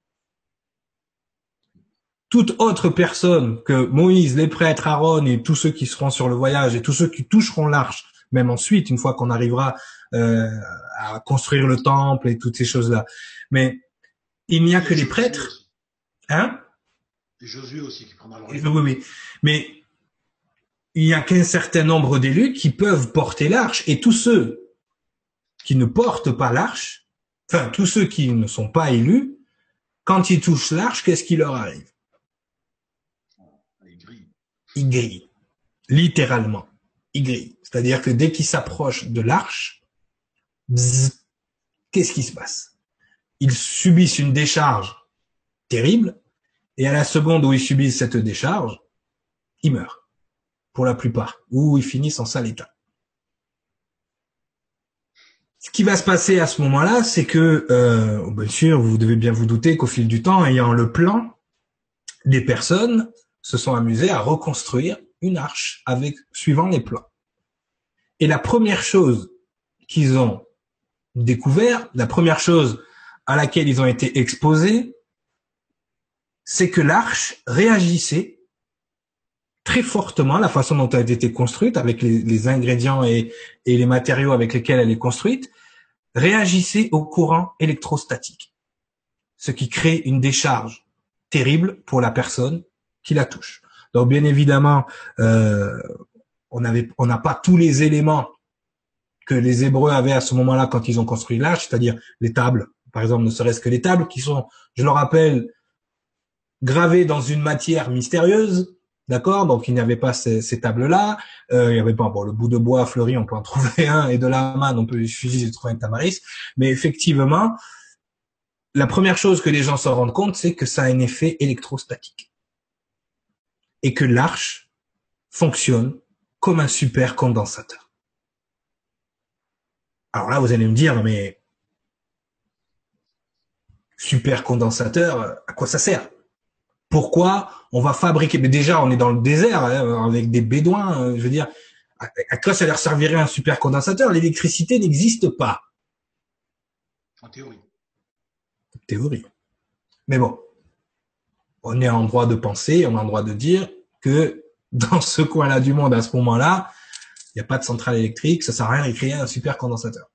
Toute autre personne que Moïse, les prêtres, Aaron et tous ceux qui seront sur le voyage et tous ceux qui toucheront l'arche, même ensuite, une fois qu'on arrivera euh, à construire le temple et toutes ces choses-là. Mais il n'y a Et que les Josué prêtres, aussi. hein? Et Josué aussi qui prendra le Oui, relais. oui. Mais il n'y a qu'un certain nombre d'élus qui peuvent porter l'arche, et tous ceux qui ne portent pas l'arche, enfin tous ceux qui ne sont pas élus, quand ils touchent l'arche, qu'est-ce qui leur arrive? Il grille. Ils grillent, littéralement, ils grillent. C'est-à-dire que dès qu'ils s'approchent de l'arche, bzzz, qu'est-ce qui se passe? Ils subissent une décharge terrible, et à la seconde où ils subissent cette décharge, ils meurent. Pour la plupart, ou ils finissent en sale état. Ce qui va se passer à ce moment-là, c'est que, euh, bien sûr, vous devez bien vous douter qu'au fil du temps, ayant le plan, des personnes se sont amusées à reconstruire une arche avec suivant les plans. Et la première chose qu'ils ont découvert, la première chose à laquelle ils ont été exposés, c'est que l'arche réagissait très fortement à la façon dont elle a été construite, avec les, les ingrédients et, et les matériaux avec lesquels elle est construite, réagissait au courant électrostatique, ce qui crée une décharge terrible pour la personne qui la touche. Donc bien évidemment, euh, on avait, on n'a pas tous les éléments que les Hébreux avaient à ce moment-là quand ils ont construit l'arche, c'est-à-dire les tables, par exemple, ne serait-ce que les tables qui sont, je le rappelle, gravées dans une matière mystérieuse, d'accord? Donc il n'y avait pas ces, ces tables-là, euh, il n'y avait pas bon le bout de bois fleuri, on peut en trouver un, et de la manne, on peut il suffit de trouver un tamaris, mais effectivement, la première chose que les gens s'en rendent compte, c'est que ça a un effet électrostatique et que l'arche fonctionne comme un super condensateur. Alors là, vous allez me dire, mais super condensateur, à quoi ça sert? Pourquoi on va fabriquer? Mais déjà, on est dans le désert hein, avec des bédouins. Je veux dire, à quoi ça leur servirait un super condensateur? L'électricité n'existe pas. En théorie. En théorie. Mais bon, on est en droit de penser, on est en droit de dire que dans ce coin-là du monde, à ce moment-là, il n'y a pas de centrale électrique, ça sert à rien de créer un super condensateur.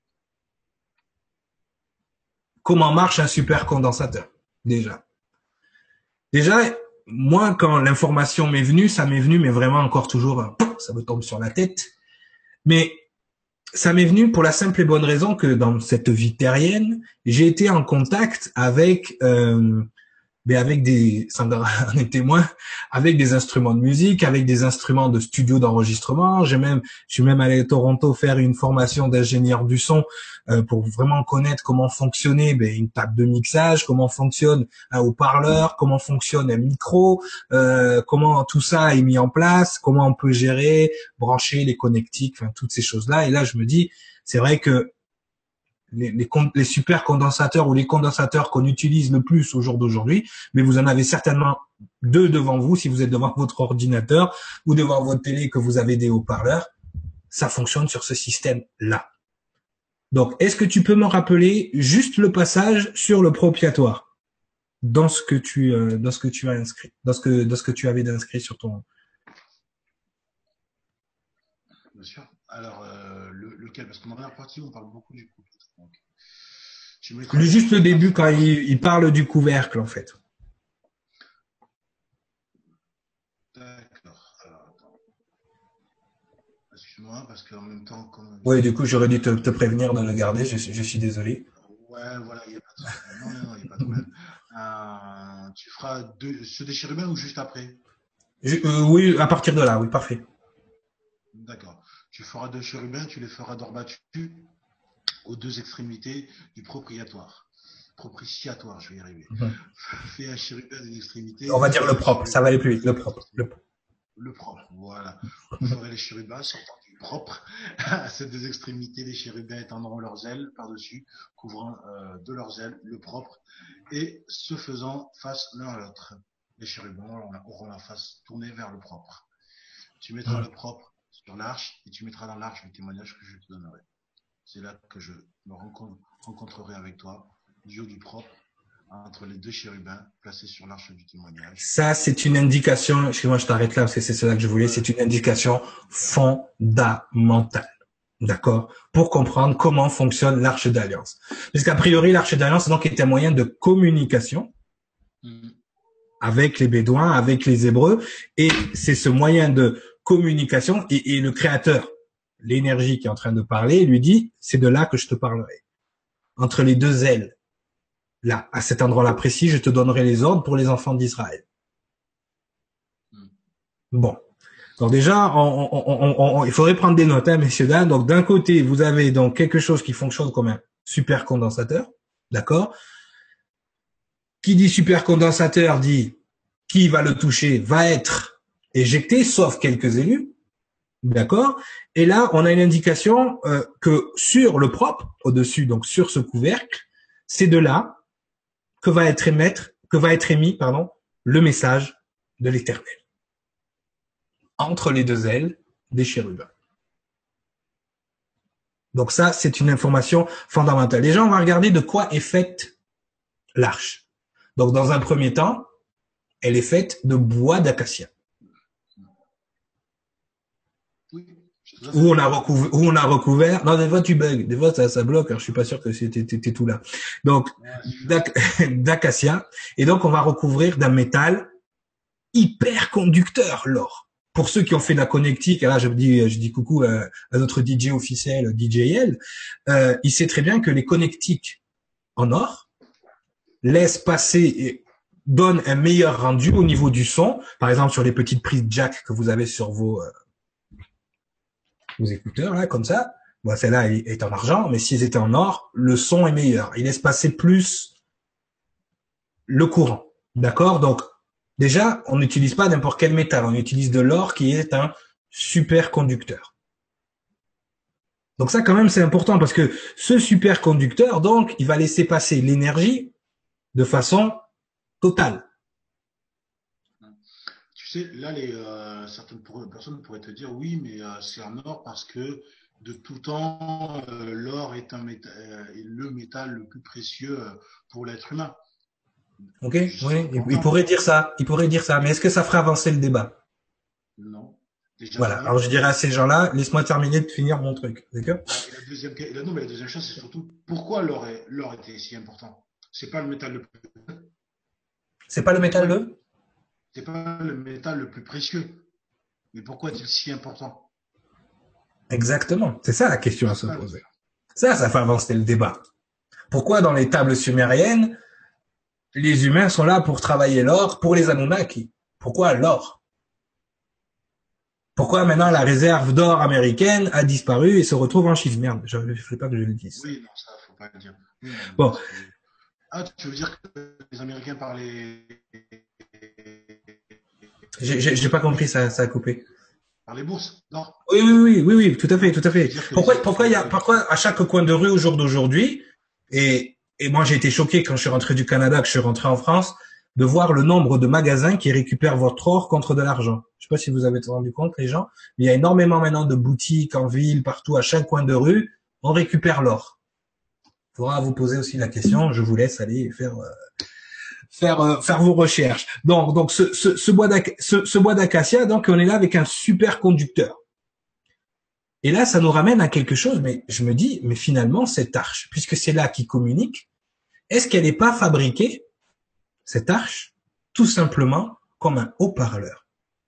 Comment marche un super condensateur? Déjà. Déjà, moi, quand l'information m'est venue, ça m'est venu, mais vraiment encore toujours, ça me tombe sur la tête. Mais ça m'est venu pour la simple et bonne raison que dans cette vie terrienne, j'ai été en contact avec, euh, mais avec des, Sandra en est témoin, avec des instruments de musique, avec des instruments de studio d'enregistrement. J'ai même, je suis même allé à Toronto faire une formation d'ingénieur du son euh, pour vraiment connaître comment fonctionnait ben, une table de mixage, comment fonctionne un haut-parleur, comment fonctionne un micro, euh, comment tout ça est mis en place, comment on peut gérer, brancher les connectiques, enfin toutes ces choses-là. Et là, je me dis, c'est vrai que Les, les, les super condensateurs ou les condensateurs qu'on utilise le plus au jour d'aujourd'hui, mais vous en avez certainement deux devant vous si vous êtes devant votre ordinateur ou devant votre télé que vous avez des haut-parleurs, ça fonctionne sur ce système-là. Donc, est-ce que tu peux me rappeler juste le passage sur le propriétaire dans ce que tu euh, dans ce que tu as inscrit, dans ce que dans ce que tu avais d'inscrit sur ton. Bien sûr. Alors, euh, le, lequel? Parce qu'en première partie, on parle beaucoup du couple. Donc, tu Le, juste le début, quand il, il parle du couvercle, en fait. D'accord. Alors, attends. Excuse-moi, parce qu'en même temps... Comme... Oui, du coup, j'aurais dû te, te prévenir de le garder. Je, je suis désolé. Ouais, voilà, il n'y a pas de problème. Non, non, non, il n'y a pas de problème. Euh, tu feras deux, ceux des chérubins ou juste après? Je, euh, oui, à partir de là, oui, parfait. D'accord. Tu feras deux chérubins, tu les feras d'orbattus aux deux extrémités du propriatoire. Propitiatoire, je vais y arriver. Mm-hmm. Fais un chérubin d'une extrémité. On va dire le propre, ça va aller plus vite, le propre. Le, le propre, voilà. Vous ferez les chérubins sortant du propre. À ces deux extrémités, les chérubins étendront leurs ailes par-dessus, couvrant euh, de leurs ailes le propre, et se faisant face l'un à l'autre. Les chérubins auront la face tournée vers le propre. Tu mettras mm-hmm. le propre sur l'arche, et tu mettras dans l'arche le témoignage que je te donnerai. C'est là que je me rencontrerai avec toi, du haut du propre, entre les deux chérubins placés sur l'arche du témoignage. Ça, c'est une indication, excuse-moi, je t'arrête là parce que c'est cela que je voulais, c'est une indication fondamentale, d'accord, pour comprendre comment fonctionne l'arche d'alliance. Parce qu'a priori, l'arche d'alliance, donc, est un moyen de communication mmh. avec les Bédouins, avec les Hébreux, et c'est ce moyen de communication, et, et le créateur, l'énergie qui est en train de parler, lui dit, c'est de là que je te parlerai. Entre les deux ailes, là, à cet endroit-là précis, je te donnerai les ordres pour les enfants d'Israël. Bon. Donc déjà, on, on, on, on, il faudrait prendre des notes, hein, messieurs, dames. Donc d'un côté, vous avez donc quelque chose qui fonctionne comme un super condensateur, d'accord? Qui dit super condensateur dit qui va le toucher va être éjecté, sauf quelques élus. D'accord. Et là, on a une indication euh, que sur le propre, au-dessus, donc sur ce couvercle, c'est de là que va être émettre, que va être émis, pardon, le message de l'Éternel. entre les deux ailes des chérubins. Donc ça, c'est une information fondamentale. Déjà, on va regarder de quoi est faite l'arche. Donc, dans un premier temps, elle est faite de bois d'acacia. Oui. Où on a recouvert, où on a recouvert. Non, des fois tu bugs, des fois ça, ça bloque. Alors je suis pas sûr que c'était t'es tout là. Donc d'acacia, et donc on va recouvrir d'un métal hyper conducteur, l'or. Pour ceux qui ont fait de la connectique, là je dis je dis coucou à, à notre D J officiel, D J L, euh, il sait très bien que les connectiques en or laissent passer et donnent un meilleur rendu au niveau du son. Par exemple sur les petites prises jack que vous avez sur vos euh, vos écouteurs, là, comme ça. Bon, celle-là est en argent, mais s'ils étaient en or, le son est meilleur. Il laisse passer plus le courant. D'accord? Donc, déjà, on n'utilise pas n'importe quel métal. On utilise de l'or qui est un superconducteur. Donc ça, quand même, c'est important parce que ce superconducteur, donc, il va laisser passer l'énergie de façon totale. Tu sais, là, les, euh, certaines personnes pourraient te dire, oui, mais euh, c'est en or parce que de tout temps, euh, l'or est, un métal, euh, est le métal le plus précieux euh, pour l'être humain. Ok, oui, il pourrait dire ça, il pourrait dire ça, mais est-ce que ça ferait avancer le débat? Non. Déjà, voilà, alors je dirais à ces gens-là, laisse-moi terminer de finir mon truc, d'accord? La deuxième, la, non, mais la deuxième chose, c'est surtout, pourquoi l'or est, l'or était si important? C'est pas le métal le plus... C'est pas le métal le C'est pas le métal le plus précieux. Mais pourquoi est-il si important? Exactement. C'est ça la question à se poser. Ça, ça fait avancer le débat. Pourquoi dans les tables sumériennes, les humains sont là pour travailler l'or pour les Anunnaki? Pourquoi l'or? Pourquoi maintenant la réserve d'or américaine a disparu et se retrouve en Chine? Merde, je ne voulais pas que je le dise. Oui, non, ça, faut pas le dire. Oui, bon. Que... Ah, tu veux dire que les Américains parlaient... J'ai pas compris, ça, ça a coupé. Par les bourses, non? Oui, oui, oui, oui, oui, tout à fait, tout à fait. Pourquoi, pourquoi il y a, pourquoi à chaque coin de rue au jour d'aujourd'hui, et, et moi j'ai été choqué quand je suis rentré du Canada, que je suis rentré en France, de voir le nombre de magasins qui récupèrent votre or contre de l'argent. Je sais pas si vous avez rendu compte, les gens, mais il y a énormément maintenant de boutiques en ville, partout, à chaque coin de rue, on récupère l'or. Il faudra vous poser aussi la question, je vous laisse aller faire... Euh, faire euh, faire vos recherches. Donc donc ce ce, ce bois d'ac ce, ce bois d'acacia, donc on est là avec un superconducteur. Et là ça nous ramène à quelque chose, mais je me dis mais finalement cette arche, puisque c'est là qui communique, est-ce qu'elle n'est pas fabriquée, cette arche, tout simplement comme un haut-parleur?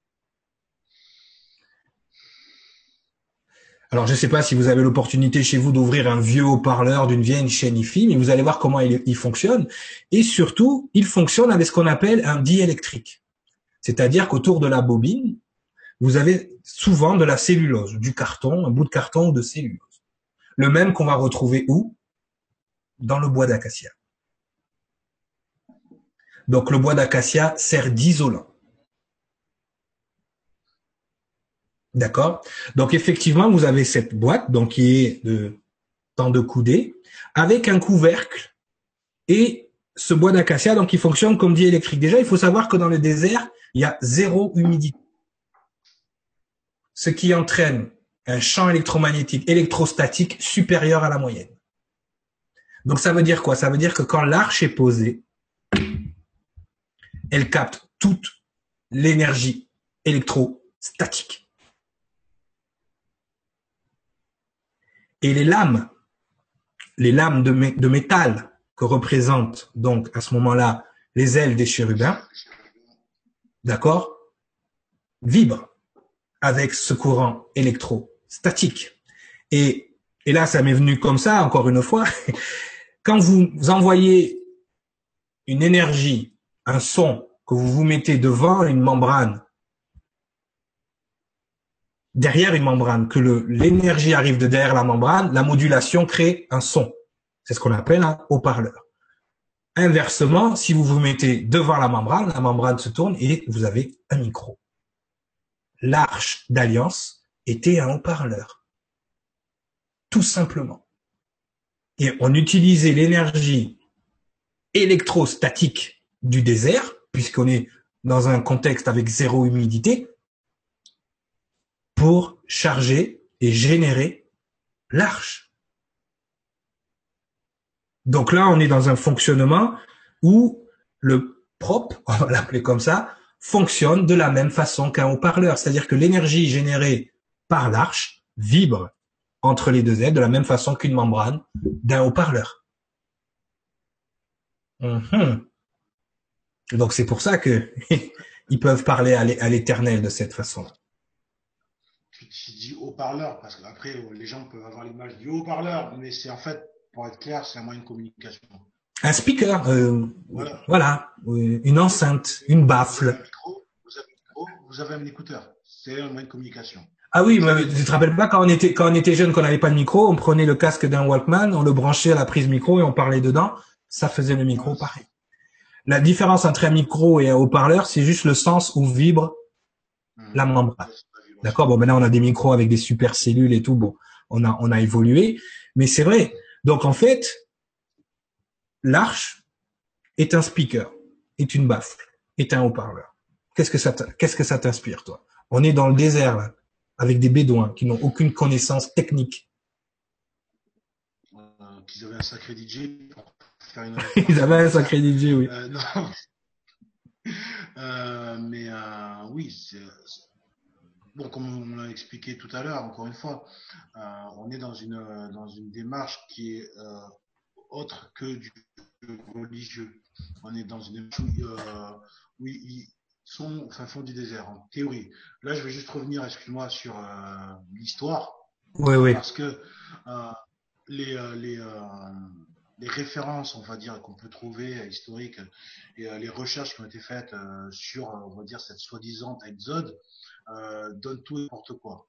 Alors, je ne sais pas si vous avez l'opportunité chez vous d'ouvrir un vieux haut-parleur d'une vieille chaîne hi-fi, mais vous allez voir comment il, il fonctionne. Et surtout, il fonctionne avec ce qu'on appelle un diélectrique. C'est-à-dire qu'autour de la bobine, vous avez souvent de la cellulose, du carton, un bout de carton ou de cellulose. Le même qu'on va retrouver où? Dans le bois d'acacia. Donc, le bois d'acacia sert d'isolant. D'accord? Donc, effectivement, vous avez cette boîte, donc, qui est de tant de coudées, avec un couvercle et ce bois d'acacia, donc, il fonctionne comme diélectrique. Déjà, il faut savoir que dans le désert, il y a zéro humidité. Ce qui entraîne un champ électromagnétique, électrostatique supérieur à la moyenne. Donc, ça veut dire quoi? Ça veut dire que quand l'arche est posée, elle capte toute l'énergie électrostatique. Et les lames, les lames de, mé de métal que représentent donc à ce moment-là les ailes des chérubins, d'accord, vibrent avec ce courant électrostatique. Et, et là, ça m'est venu comme ça, encore une fois, quand vous envoyez une énergie, un son que vous vous mettez devant une membrane, derrière une membrane, que l'énergie arrive de derrière la membrane, la modulation crée un son. C'est ce qu'on appelle un haut-parleur. Inversement, si vous vous mettez devant la membrane, la membrane se tourne et vous avez un micro. L'arche d'alliance était un haut-parleur. Tout simplement. Et on utilisait l'énergie électrostatique du désert, puisqu'on est dans un contexte avec zéro humidité, pour charger et générer l'arche. Donc là, on est dans un fonctionnement où le prop, on va l'appeler comme ça, fonctionne de la même façon qu'un haut-parleur. C'est-à-dire que l'énergie générée par l'arche vibre entre les deux ailes de la même façon qu'une membrane d'un haut-parleur. Mmh. Donc c'est pour ça que ils peuvent parler à l'Éternel de cette façon. Tu, tu dis haut-parleur parce qu'après les gens peuvent avoir l'image du haut-parleur, mais c'est en fait, pour être clair, c'est un moyen de communication. Un speaker, euh, voilà, voilà, une enceinte, une baffle. Vous avez un micro, vous avez un, micro, vous avez un écouteur. C'est un moyen de communication. Ah oui, mais tu te rappelles pas quand on était quand on était jeune, qu'on n'avait pas de micro, on prenait le casque d'un Walkman, on le branchait à la prise micro et on parlait dedans. Ça faisait le micro pareil. La différence entre un micro et un haut-parleur, c'est juste le sens où vibre mmh. la membrane. D'accord. Bon, maintenant on a des micros avec des super cellules et tout. Bon, on a on a évolué, mais c'est vrai. Donc en fait, l'arche est un speaker, est une baffle, est un haut-parleur. Qu'est-ce que ça qu'est-ce que ça t'inspire, toi? On est dans le désert là, avec des bédouins qui n'ont aucune connaissance technique. Euh, qu'ils avaient un sacré D J pour faire une. Ils avaient un sacré D J, oui. Euh, non. euh, mais euh, oui, c'est bon, comme on l'a expliqué tout à l'heure. Encore une fois, euh, on est dans une dans une démarche qui est euh, autre que du religieux. On est dans une démarche où, euh, où ils sont au fin fond du désert, en théorie. Là, je vais juste revenir, excuse-moi, sur euh, l'histoire. Oui, oui. Parce que euh, les, euh, les, euh, les références, on va dire, qu'on peut trouver euh, historiques et euh, les recherches qui ont été faites euh, sur, euh, on va dire, cette soi-disant exode euh, donnent tout et n'importe quoi.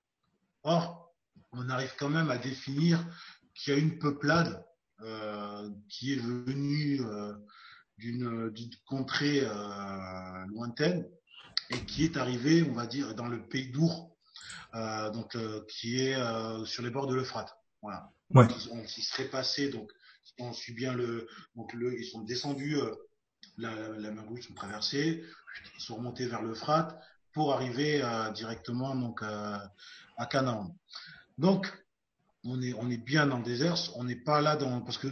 Or, on arrive quand même à définir qu'il y a une peuplade euh, qui est venue euh, d'une d'une contrée euh, lointaine et qui est arrivée, on va dire, dans le pays d'Our, euh, donc euh, qui est euh, sur les bords de l'Euphrate. Voilà. Ouais. Ils, ont, ils seraient passés, donc ils ont subi bien le, donc le, ils sont descendus euh, la, la, la mer Rouge, ils sont traversés, ils sont remontés vers l'Euphrate pour arriver euh, directement donc euh, à Canaan. Donc on est on est bien dans le désert, on n'est pas là dans parce que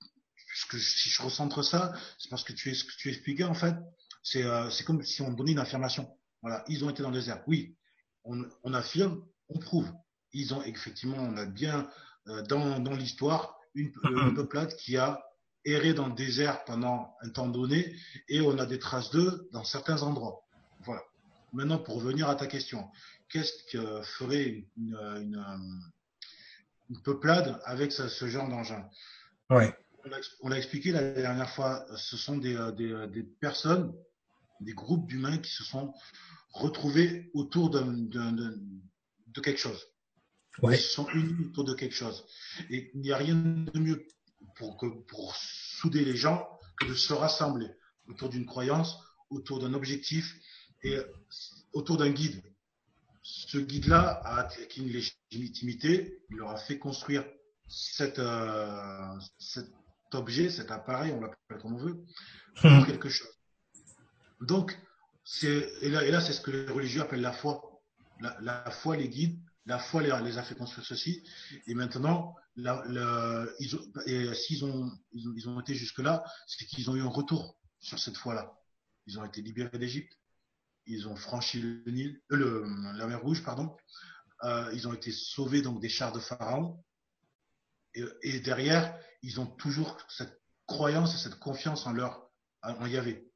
que si je recentre ça, c'est parce que tu, es, ce que tu expliquais en fait, c'est euh, c'est comme si on donnait une affirmation. Voilà, ils ont été dans le désert. Oui, on, on affirme, on prouve. Ils ont effectivement, on a bien euh, dans, dans l'histoire une, une peuplade qui a erré dans le désert pendant un temps donné et on a des traces d'eux dans certains endroits. Voilà. Maintenant, pour revenir à ta question, qu'est-ce que ferait une, une, une, une peuplade avec ce, ce genre d'engin? Ouais. On l'a expliqué la dernière fois, ce sont des, des, des personnes, des groupes d'humains qui se sont retrouvés autour de, de, de, de quelque chose. Ouais. Ils se sont unis autour de quelque chose. Et il n'y a rien de mieux pour, que, pour souder les gens que de se rassembler autour d'une croyance, autour d'un objectif et autour d'un guide. Ce guide-là a acquis une légitimité, il leur a fait construire cette, euh, cette objet, cet appareil, on l'appelle comme on veut, pour mmh. quelque chose. Donc, c'est, et là, et là c'est ce que les religieux appellent la foi. La, la foi les guide, la foi les, les a fait construire ceci, et maintenant, la, la, ils ont, et s'ils ont, ils ont, ils ont été jusque-là, c'est qu'ils ont eu un retour sur cette foi-là. Ils ont été libérés d'Égypte, ils ont franchi le Nil, euh, le, la mer Rouge, pardon, euh, ils ont été sauvés donc des chars de Pharaon, et, et derrière, ils ont toujours cette croyance et cette confiance en leur, en Yahvé.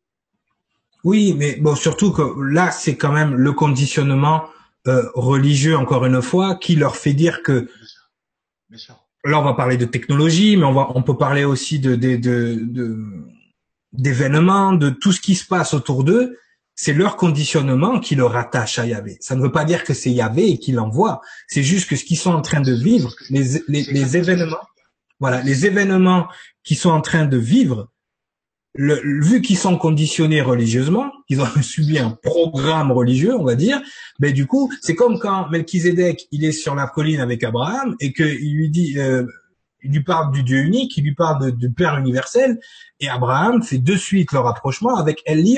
Oui, mais bon, surtout que là, c'est quand même le conditionnement euh, religieux, encore une fois, qui leur fait dire que. Bien sûr. Bien sûr. Là, on va parler de technologie, mais on va, on peut parler aussi de, de, de, de d'événements, de tout ce qui se passe autour d'eux. C'est leur conditionnement qui leur attache à Yahvé. Ça ne veut pas dire que c'est Yahvé qui l'envoie. C'est juste que ce qu'ils sont en train de vivre, les, les, les événements, voilà, les événements qui sont en train de vivre, le, vu qu'ils sont conditionnés religieusement, ils ont subi un programme religieux, on va dire, ben du coup, c'est comme quand Melchizedek, il est sur la colline avec Abraham et qu'il lui dit, euh, il lui parle du Dieu unique, il lui parle de, du Père universel, et Abraham fait de suite le rapprochement avec El Elyon.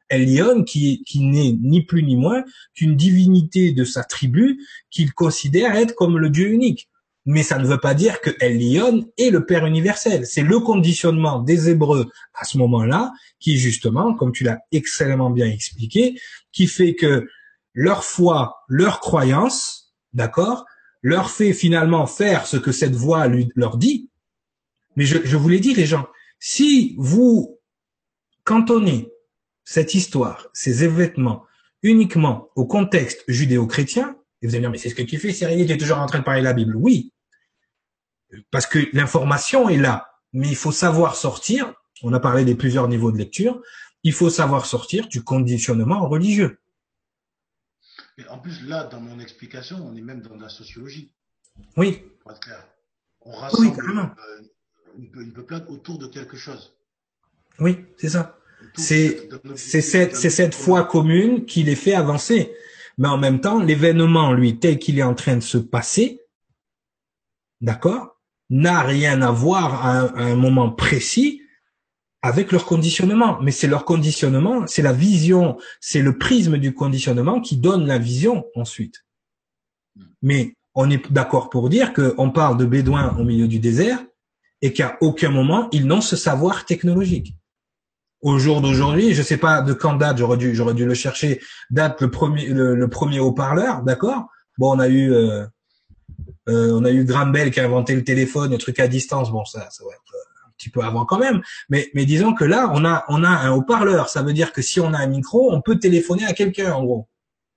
Elion, qui, qui n'est ni plus ni moins qu'une divinité de sa tribu qu'il considère être comme le Dieu unique. Mais ça ne veut pas dire que Elion est le Père universel. C'est le conditionnement des Hébreux à ce moment-là qui, justement, comme tu l'as excellemment bien expliqué, qui fait que leur foi, leur croyance, d'accord, leur fait finalement faire ce que cette voix lui, leur dit. Mais je, je vous l'ai dit, les gens, si vous cantonnez cette histoire, ces événements, uniquement au contexte judéo-chrétien, et vous allez me dire, mais c'est ce que tu fais, Cyril, tu es toujours en train de parler de la Bible. Oui, parce que l'information est là, mais il faut savoir sortir, on a parlé des plusieurs niveaux de lecture, il faut savoir sortir du conditionnement religieux. Mais en plus, là, dans mon explication, on est même dans la sociologie. Oui. Pour être clair. On Oui, rassemble carrément. euh, une, une peuplade autour de quelque chose. Oui, c'est ça. Autour C'est de- de- de- c'est cette d'un c'est cette but foi commun. commune qui les fait avancer. Mais en même temps, l'événement, lui, tel qu'il est en train de se passer, d'accord, n'a rien à voir à un, à un moment précis avec leur conditionnement. Mais c'est leur conditionnement, c'est la vision, c'est le prisme du conditionnement qui donne la vision ensuite. Mais on est d'accord pour dire qu'on parle de bédouins au milieu du désert et qu'à aucun moment ils n'ont ce savoir technologique. Au jour d'aujourd'hui, je sais pas de quand date, j'aurais dû, j'aurais dû le chercher, date le premier, le, le premier haut-parleur, d'accord? Bon, on a eu, euh, euh, on a eu Graham Bell qui a inventé le téléphone, le truc à distance. Bon, ça, ça va être un petit peu avant quand même. Mais, mais disons que là, on a, on a un haut-parleur. Ça veut dire que si on a un micro, on peut téléphoner à quelqu'un, en gros.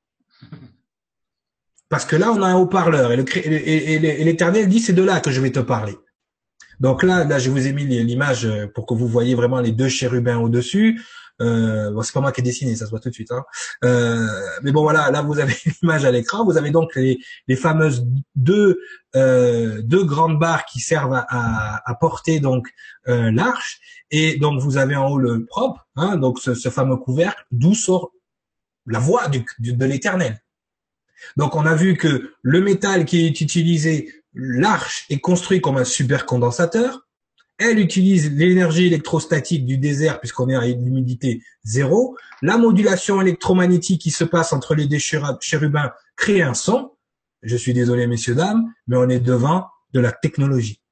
Parce que là, on a un haut-parleur et le, et, et, et l'Éternel dit, c'est de là que je vais te parler. Donc là, là, je vous ai mis l'image pour que vous voyez vraiment les deux chérubins au-dessus. Euh, bon, c'est pas moi qui ai dessiné, ça se voit tout de suite. Hein. Euh, mais bon, voilà, là vous avez l'image à l'écran. Vous avez donc les, les fameuses deux euh, deux grandes barres qui servent à, à, à porter donc euh, l'arche. Et donc vous avez en haut le propre, hein, donc ce, ce fameux couvercle, d'où sort la voix du, du, de l'Éternel. Donc on a vu que le métal qui est utilisé, l'arche est construit comme un supercondensateur. Elle utilise l'énergie électrostatique du désert puisqu'on est à une humidité zéro. La modulation électromagnétique qui se passe entre les deux chérubins crée un son. Je suis désolé messieurs dames, mais on est devant de la technologie.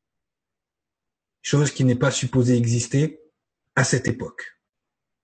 Chose qui n'est pas supposée exister à cette époque. D'accord ?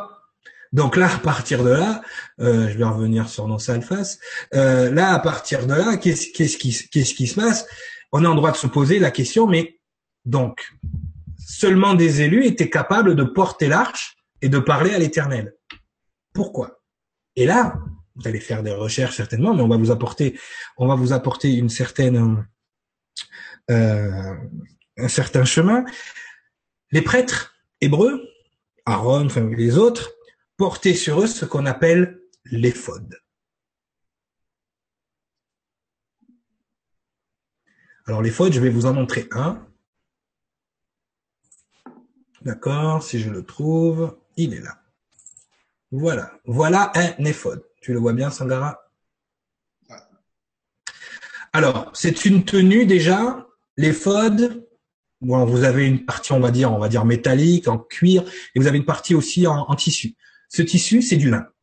Donc là, à partir de là, euh, je vais revenir sur nos sales faces. Euh, là, à partir de là, qu'est-ce, qu'est-ce qui, qu'est-ce qui se passe? On est en droit de se poser la question, mais donc, seulement des élus étaient capables de porter l'arche et de parler à l'Éternel. Pourquoi? Et là, vous allez faire des recherches certainement, mais on va vous apporter, on va vous apporter une certaine, euh, un certain chemin. Les prêtres hébreux, Aaron, enfin les autres, portaient sur eux ce qu'on appelle l'éphod. Alors l'éphod, je vais vous en montrer un. D'accord, si je le trouve, il est là. Voilà, voilà un éphod. Tu le vois bien, Sangara? Alors, c'est une tenue déjà, l'éphod. Bon, vous avez une partie, on va dire, on va dire métallique, en cuir, et vous avez une partie aussi en, en tissu. Ce tissu, c'est du lin.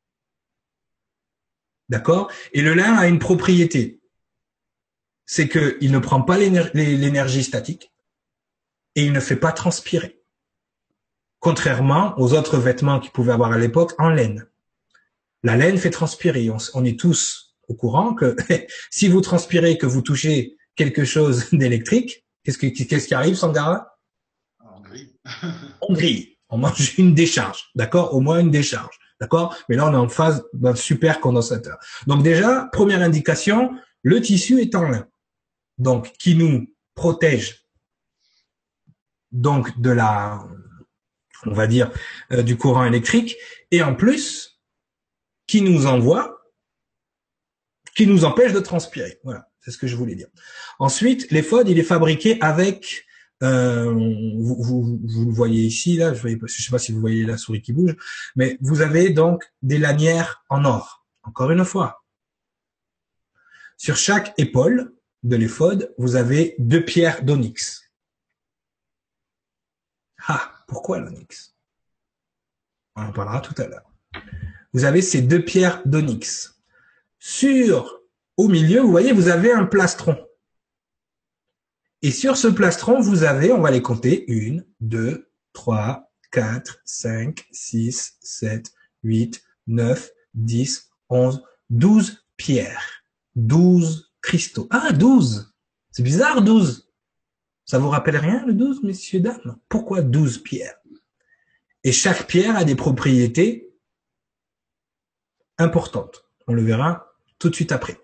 D'accord? Et le lin a une propriété. C'est qu'il ne prend pas l'énergie statique et il ne fait pas transpirer. Contrairement aux autres vêtements qu'ils pouvaient avoir à l'époque en laine. La laine fait transpirer. On, on est tous au courant que si vous transpirez, que vous touchez quelque chose d'électrique, qu'est-ce, que, qu'est-ce qui arrive, Sangara? On grille. On grille. On mange une décharge. D'accord? Au moins une décharge. D'accord? Mais là, on est en phase d'un super condensateur. Donc déjà, première indication, le tissu est en lin. Donc, qui nous protège donc de la, on va dire, euh, du courant électrique, et en plus, qui nous envoie, qui nous empêche de transpirer. Voilà, c'est ce que je voulais dire. Ensuite, l'éphod, il est fabriqué avec, euh, vous, vous, vous le voyez ici, là, je ne sais pas si vous voyez la souris qui bouge, mais vous avez donc des lanières en or. Encore une fois. Sur chaque épaule de l'éphod, vous avez deux pierres d'onyx. Ah, pourquoi l'onyx? On en parlera tout à l'heure. Vous avez ces deux pierres d'onyx. Sur, au milieu, vous voyez, vous avez un plastron. Et sur ce plastron, vous avez, on va les compter, une, deux, trois, quatre, cinq, six, sept, huit, neuf, dix, onze, douze pierres. douze cristaux. Ah, douze. C'est bizarre, douze. Ça vous rappelle rien, le douze, messieurs, dames? Pourquoi douze pierres? Et chaque pierre a des propriétés importantes. On le verra tout de suite après.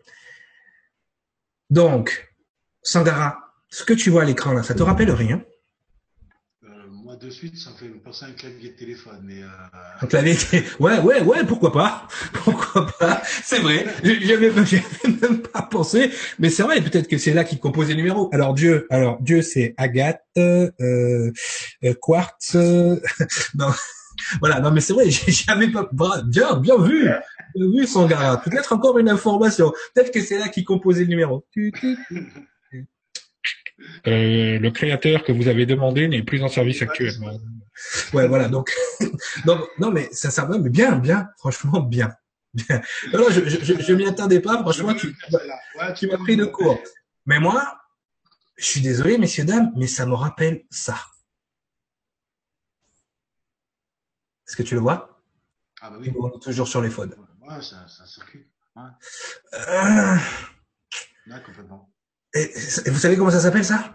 Donc, Sangara, ce que tu vois à l'écran là, ça te rappelle rien? Euh, moi, de suite, ça me fait penser à un clavier de téléphone, mais... Euh... Un clavier de... Ouais, ouais, ouais, pourquoi pas? Pourquoi pas? C'est vrai, j'avais même pas pensé, mais c'est vrai, peut-être que c'est là qu'il compose les numéros. Alors Dieu, alors Dieu, c'est Agathe, euh, euh, Quartz, euh... non, voilà, non mais c'est vrai, j'avais pas... Bien, bien vu, bien vu, Sangara. Peut-être encore une information. Peut-être que c'est là qu'il composait le numéro. Euh, le créateur que vous avez demandé n'est plus en service actuellement. Ouais, voilà. Donc, non, non, mais ça, ça va, mais bien, bien, franchement, bien, bien. Non, non, je, je, je m'y attendais pas. Franchement, tu, tu m'as pris de court. Mais moi, je suis désolé, messieurs dames, mais ça me rappelle ça. Est-ce que tu le vois? Ah bah oui. On est toujours sur les phones. Ouais, ça, ça circule. Ouais. Euh... Ouais, complètement. Et, et vous savez comment ça s'appelle ça?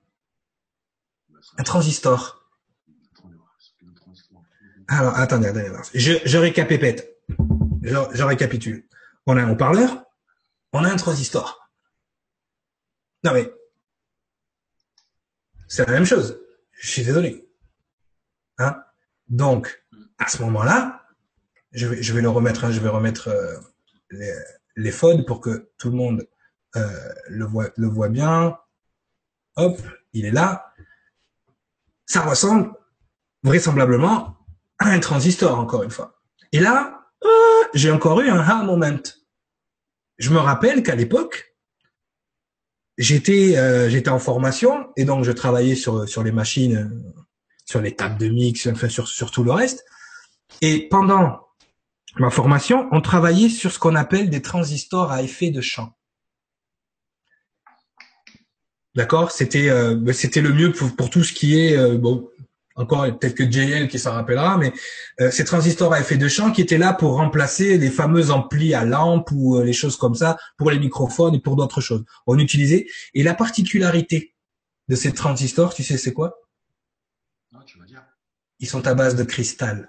Un transistor. Alors, attendez, attendez. Je, je récapépète. Je, je récapitule. On a un haut-parleur, on a un transistor. Non mais, c'est la même chose. Je suis désolé. Hein? Donc, à ce moment-là, je vais, je vais le remettre, hein, je vais remettre euh, les, les F O D pour que tout le monde euh, le voit, le voit bien. Hop, il est là. Ça ressemble vraisemblablement à un transistor, encore une fois. Et là, euh, j'ai encore eu un aha moment. Je me rappelle qu'à l'époque, j'étais euh, j'étais en formation et donc je travaillais sur sur les machines, euh, sur les tables de mix, enfin sur sur tout le reste. Et pendant ma formation, on travaillait sur ce qu'on appelle des transistors à effet de champ. D'accord, c'était euh, c'était le mieux pour, pour tout ce qui est euh, bon, encore peut-être que J L qui s'en rappellera, mais euh, ces transistors à effet de champ qui étaient là pour remplacer les fameux amplis à lampe ou euh, les choses comme ça pour les microphones et pour d'autres choses. On utilisait, et la particularité de ces transistors, tu sais c'est quoi? Non, tu vas dire. Ils sont à base de cristal.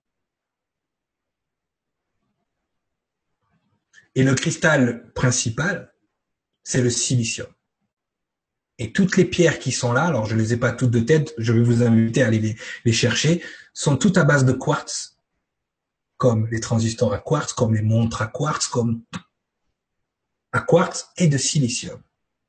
Et le cristal principal, c'est le silicium. Et toutes les pierres qui sont là, alors je les ai pas toutes de tête, je vais vous inviter à aller les, les chercher, sont toutes à base de quartz, comme les transistors à quartz, comme les montres à quartz, comme à quartz et de silicium.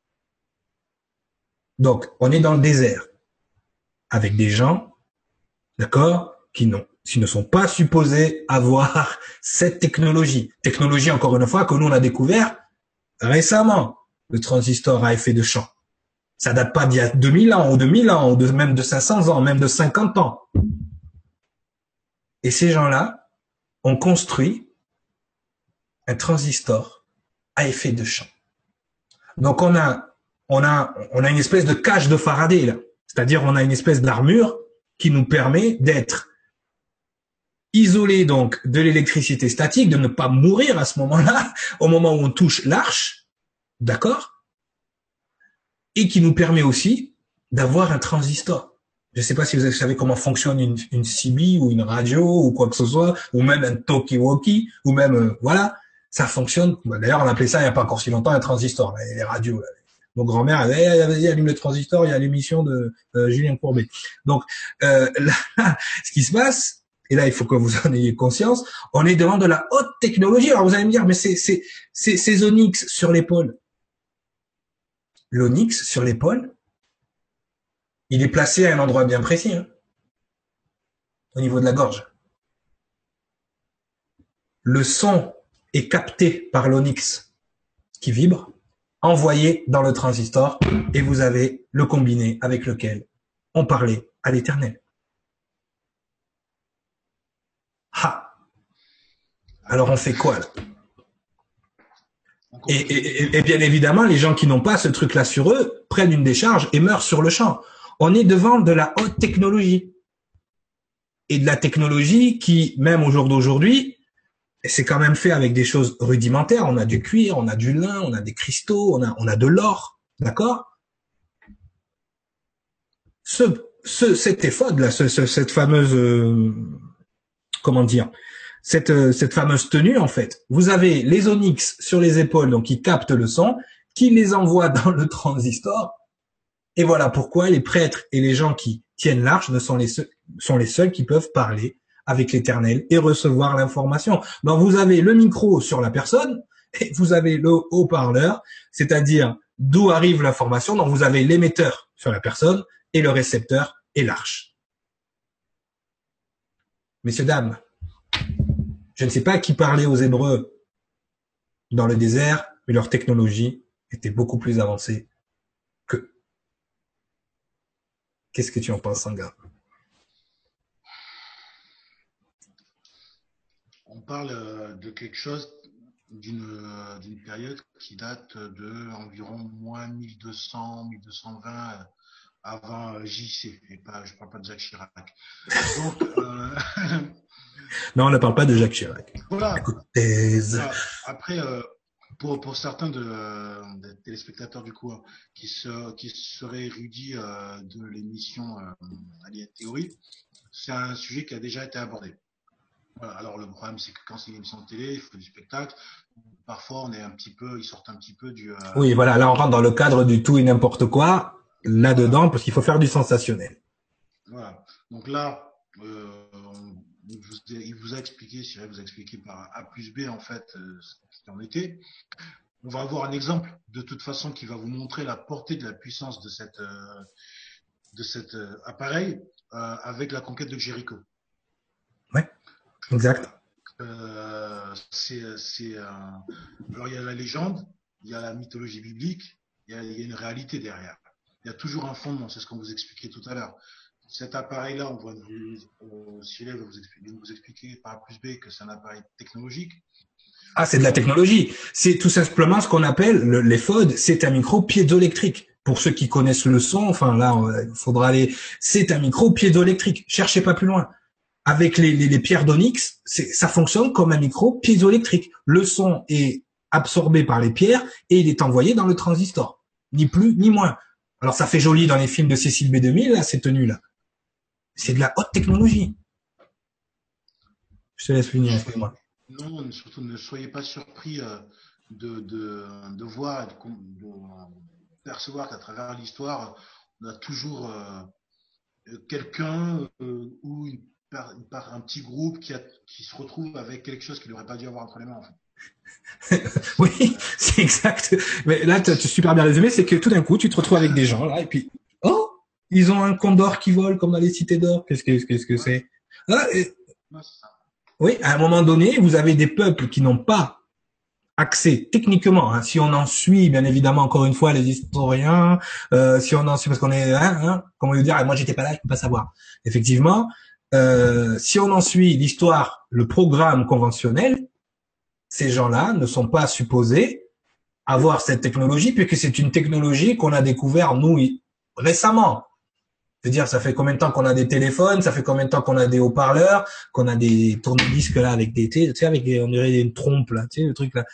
Donc, on est dans le désert, avec des gens, d'accord, qui n'ont, qui ne sont pas supposés avoir cette technologie. Technologie, encore une fois, que nous on a découvert récemment, le transistor à effet de champ. Ça date pas d'il y a deux mille ans, ou de mille ans, ou de, même de cinq cents ans, même de cinquante ans. Et ces gens-là ont construit un transistor à effet de champ. Donc on a, on a, on a une espèce de cage de Faraday, là. C'est-à-dire on a une espèce d'armure qui nous permet d'être isolé donc de l'électricité statique, de ne pas mourir à ce moment-là, au moment où on touche l'arche, d'accord? Et qui nous permet aussi d'avoir un transistor. Je ne sais pas si vous savez comment fonctionne une, une C B ou une radio ou quoi que ce soit, ou même un talkie-walkie, ou même, euh, voilà, ça fonctionne. D'ailleurs, on appelait ça il n'y a pas encore si longtemps un transistor, là, les radios. Là. Mon grand-mère avait, eh, vas-y, allume le transistor, il y a l'émission de euh, Julien Courbet. Donc, euh, là, ce qui se passe, et là, il faut que vous en ayez conscience, on est devant de la haute technologie. Alors, vous allez me dire, mais c'est, c'est, c'est, ces onyx sur l'épaule. L'onyx sur l'épaule, il est placé à un endroit bien précis, hein, au niveau de la gorge. Le son est capté par l'onyx qui vibre, envoyé dans le transistor, et vous avez le combiné avec lequel on parlait à l'éternel. Alors on fait quoi là? et, et, et bien évidemment, les gens qui n'ont pas ce truc-là sur eux prennent une décharge et meurent sur le champ. On est devant de la haute technologie. Et de la technologie qui, même au jour d'aujourd'hui, c'est quand même fait avec des choses rudimentaires. On a du cuir, on a du lin, on a des cristaux, on a, on a de l'or, d'accord? Ce, ce, cet éphode là, ce, ce, cette fameuse, euh, comment dire, cette, euh, cette fameuse tenue en fait. Vous avez les onyx sur les épaules, donc qui captent le son, qui les envoient dans le transistor. Et voilà pourquoi les prêtres et les gens qui tiennent l'arche ne sont les seuls, sont les seuls qui peuvent parler avec l'Éternel et recevoir l'information. Donc vous avez le micro sur la personne et vous avez le haut-parleur, c'est-à-dire d'où arrive l'information. Donc vous avez l'émetteur sur la personne et le récepteur et l'arche. Messieurs, dames, je ne sais pas qui parlait aux Hébreux dans le désert, mais leur technologie était beaucoup plus avancée qu'eux. Qu'est-ce que tu en penses, Sangha? On parle de quelque chose, d'une d'une période qui date de environ moins mille deux cents, mille deux cent vingt avant J C, et pas, je parle pas de Jacques Chirac. Donc, euh... non, on ne parle pas de Jacques Chirac. Voilà. Écoutez. Voilà. Après, euh, pour, pour certains de, euh, des téléspectateurs du coup, qui, se, qui seraient érudits euh, de l'émission euh, Alien Theory, c'est un sujet qui a déjà été abordé. Voilà. Alors le problème, c'est que quand c'est une émission de télé, il faut du spectacle. Parfois, on est un petit peu, ils sortent un petit peu du. Euh... Oui, voilà. Là, on rentre dans le cadre du tout et n'importe quoi là-dedans, voilà. Parce qu'il faut faire du sensationnel. Voilà. Donc là, euh, on, il, vous, il vous a expliqué, Cyril vous a expliqué par A plus B en fait euh, ce qu'il en était. On va avoir un exemple de toute façon qui va vous montrer la portée de la puissance de cette euh, de cet euh, appareil euh, avec la conquête de Jéricho. Ouais. Exact. Euh, c'est, c'est, euh... Alors il y a la légende, il y a la mythologie biblique, il y a, il y a une réalité derrière. Il y a toujours un fondement, c'est ce qu'on vous expliquait tout à l'heure. Cet appareil-là, on va vous, euh, Cyril va vous expliquer, vous expliquer par A plus B que c'est un appareil technologique. Ah, c'est de la technologie. C'est tout simplement ce qu'on appelle le, l'éphode, c'est un micro piézoélectrique. Pour ceux qui connaissent le son, enfin là, il faudra aller. C'est un micro piézoélectrique. Cherchez pas plus loin. Avec les, les, les pierres d'onyx, c'est, ça fonctionne comme un micro piézoélectrique. Le son est absorbé par les pierres et il est envoyé dans le transistor. Ni plus, ni moins. Alors ça fait joli dans les films de Cécile B deux mille, là, ces tenues-là. C'est de la haute technologie. Je te laisse finir, excuse-moi. Non, surtout ne soyez pas surpris euh, de, de, de voir, de, de percevoir qu'à travers l'histoire, on a toujours euh, quelqu'un euh, ou une Par, par un petit groupe qui, a, qui se retrouve avec quelque chose qu'il n'aurait pas dû avoir entre les mains, en fait. Oui, c'est exact. Mais là, tu as super bien résumé, c'est que tout d'un coup, tu te retrouves avec des gens, là, et puis, oh, ils ont un condor qui vole comme dans les cités d'or. Qu'est-ce que, qu'est-ce que c'est? Ah, et... ouais, c'est ça. Oui, à un moment donné, vous avez des peuples qui n'ont pas accès techniquement, hein, si on en suit, bien évidemment, encore une fois, les historiens, euh, si on en suit, parce qu'on est, hein, hein, comment lui dire, ah, moi, j'étais pas là, je peux pas savoir. Effectivement, Euh, si on en suit l'histoire, le programme conventionnel, ces gens-là ne sont pas supposés avoir cette technologie, puisque c'est une technologie qu'on a découvert, nous, récemment. C'est-à-dire, ça fait combien de temps qu'on a des téléphones, ça fait combien de temps qu'on a des haut-parleurs, qu'on a des tourne-disques là avec des, tu sais, avec des, on dirait des trompes là, tu sais, le truc là.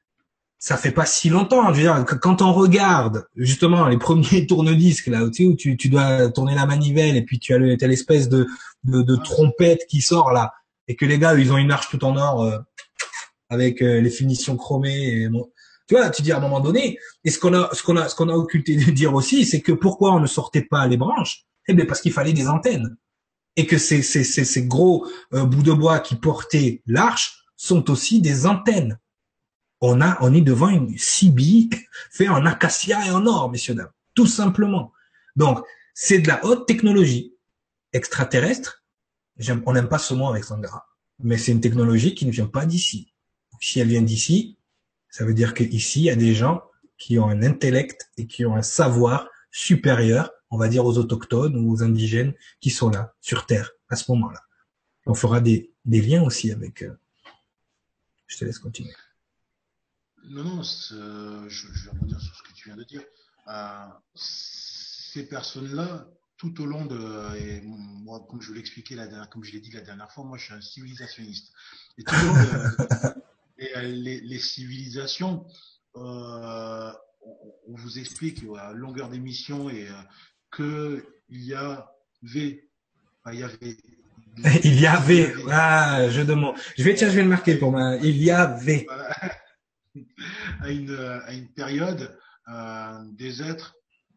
Ça fait pas si longtemps. Je veux dire, quand on regarde justement les premiers tourne-disques là, tu sais, où tu, tu dois tourner la manivelle et puis tu as, le, t'as l'espèce de, de, de trompette qui sort là, et que les gars ils ont une arche tout en or euh, avec euh, les finitions chromées. Et, bon, tu vois, tu dis à un moment donné. Et ce qu'on a, ce qu'on a, ce qu'on a occulté de dire aussi, c'est que pourquoi on ne sortait pas les branches? Eh bien parce qu'il fallait des antennes, et que ces ces ces, ces gros euh, bouts de bois qui portaient l'arche sont aussi des antennes. On a, on est devant une cibille fait en acacia et en or, messieurs, dames. Tout simplement. Donc, c'est de la haute technologie extraterrestre. J'aime, on n'aime pas ce mot avec Sangara. Mais c'est une technologie qui ne vient pas d'ici. Si elle vient d'ici, ça veut dire qu'ici, il y a des gens qui ont un intellect et qui ont un savoir supérieur, on va dire aux autochtones ou aux indigènes qui sont là, sur Terre, à ce moment-là. On fera des, des liens aussi avec, euh, Je te laisse continuer. Non, non, je, je vais rebondir sur ce que tu viens de dire. Euh, ces personnes-là, tout au long de, et moi, comme je vous l'expliquais la dernière, comme je l'ai dit la dernière fois, moi, je suis un civilisationniste. Et tout au long de, et, euh, les, les civilisations, euh, on, on vous explique à longueur d'émission et euh, que il y avait, enfin, il y avait, Il y il y avait, avait, ah, jeu de mots. Je vais, tiens, je vais le marquer pour moi. Il y avait. voilà, à une, à une période euh, des êtres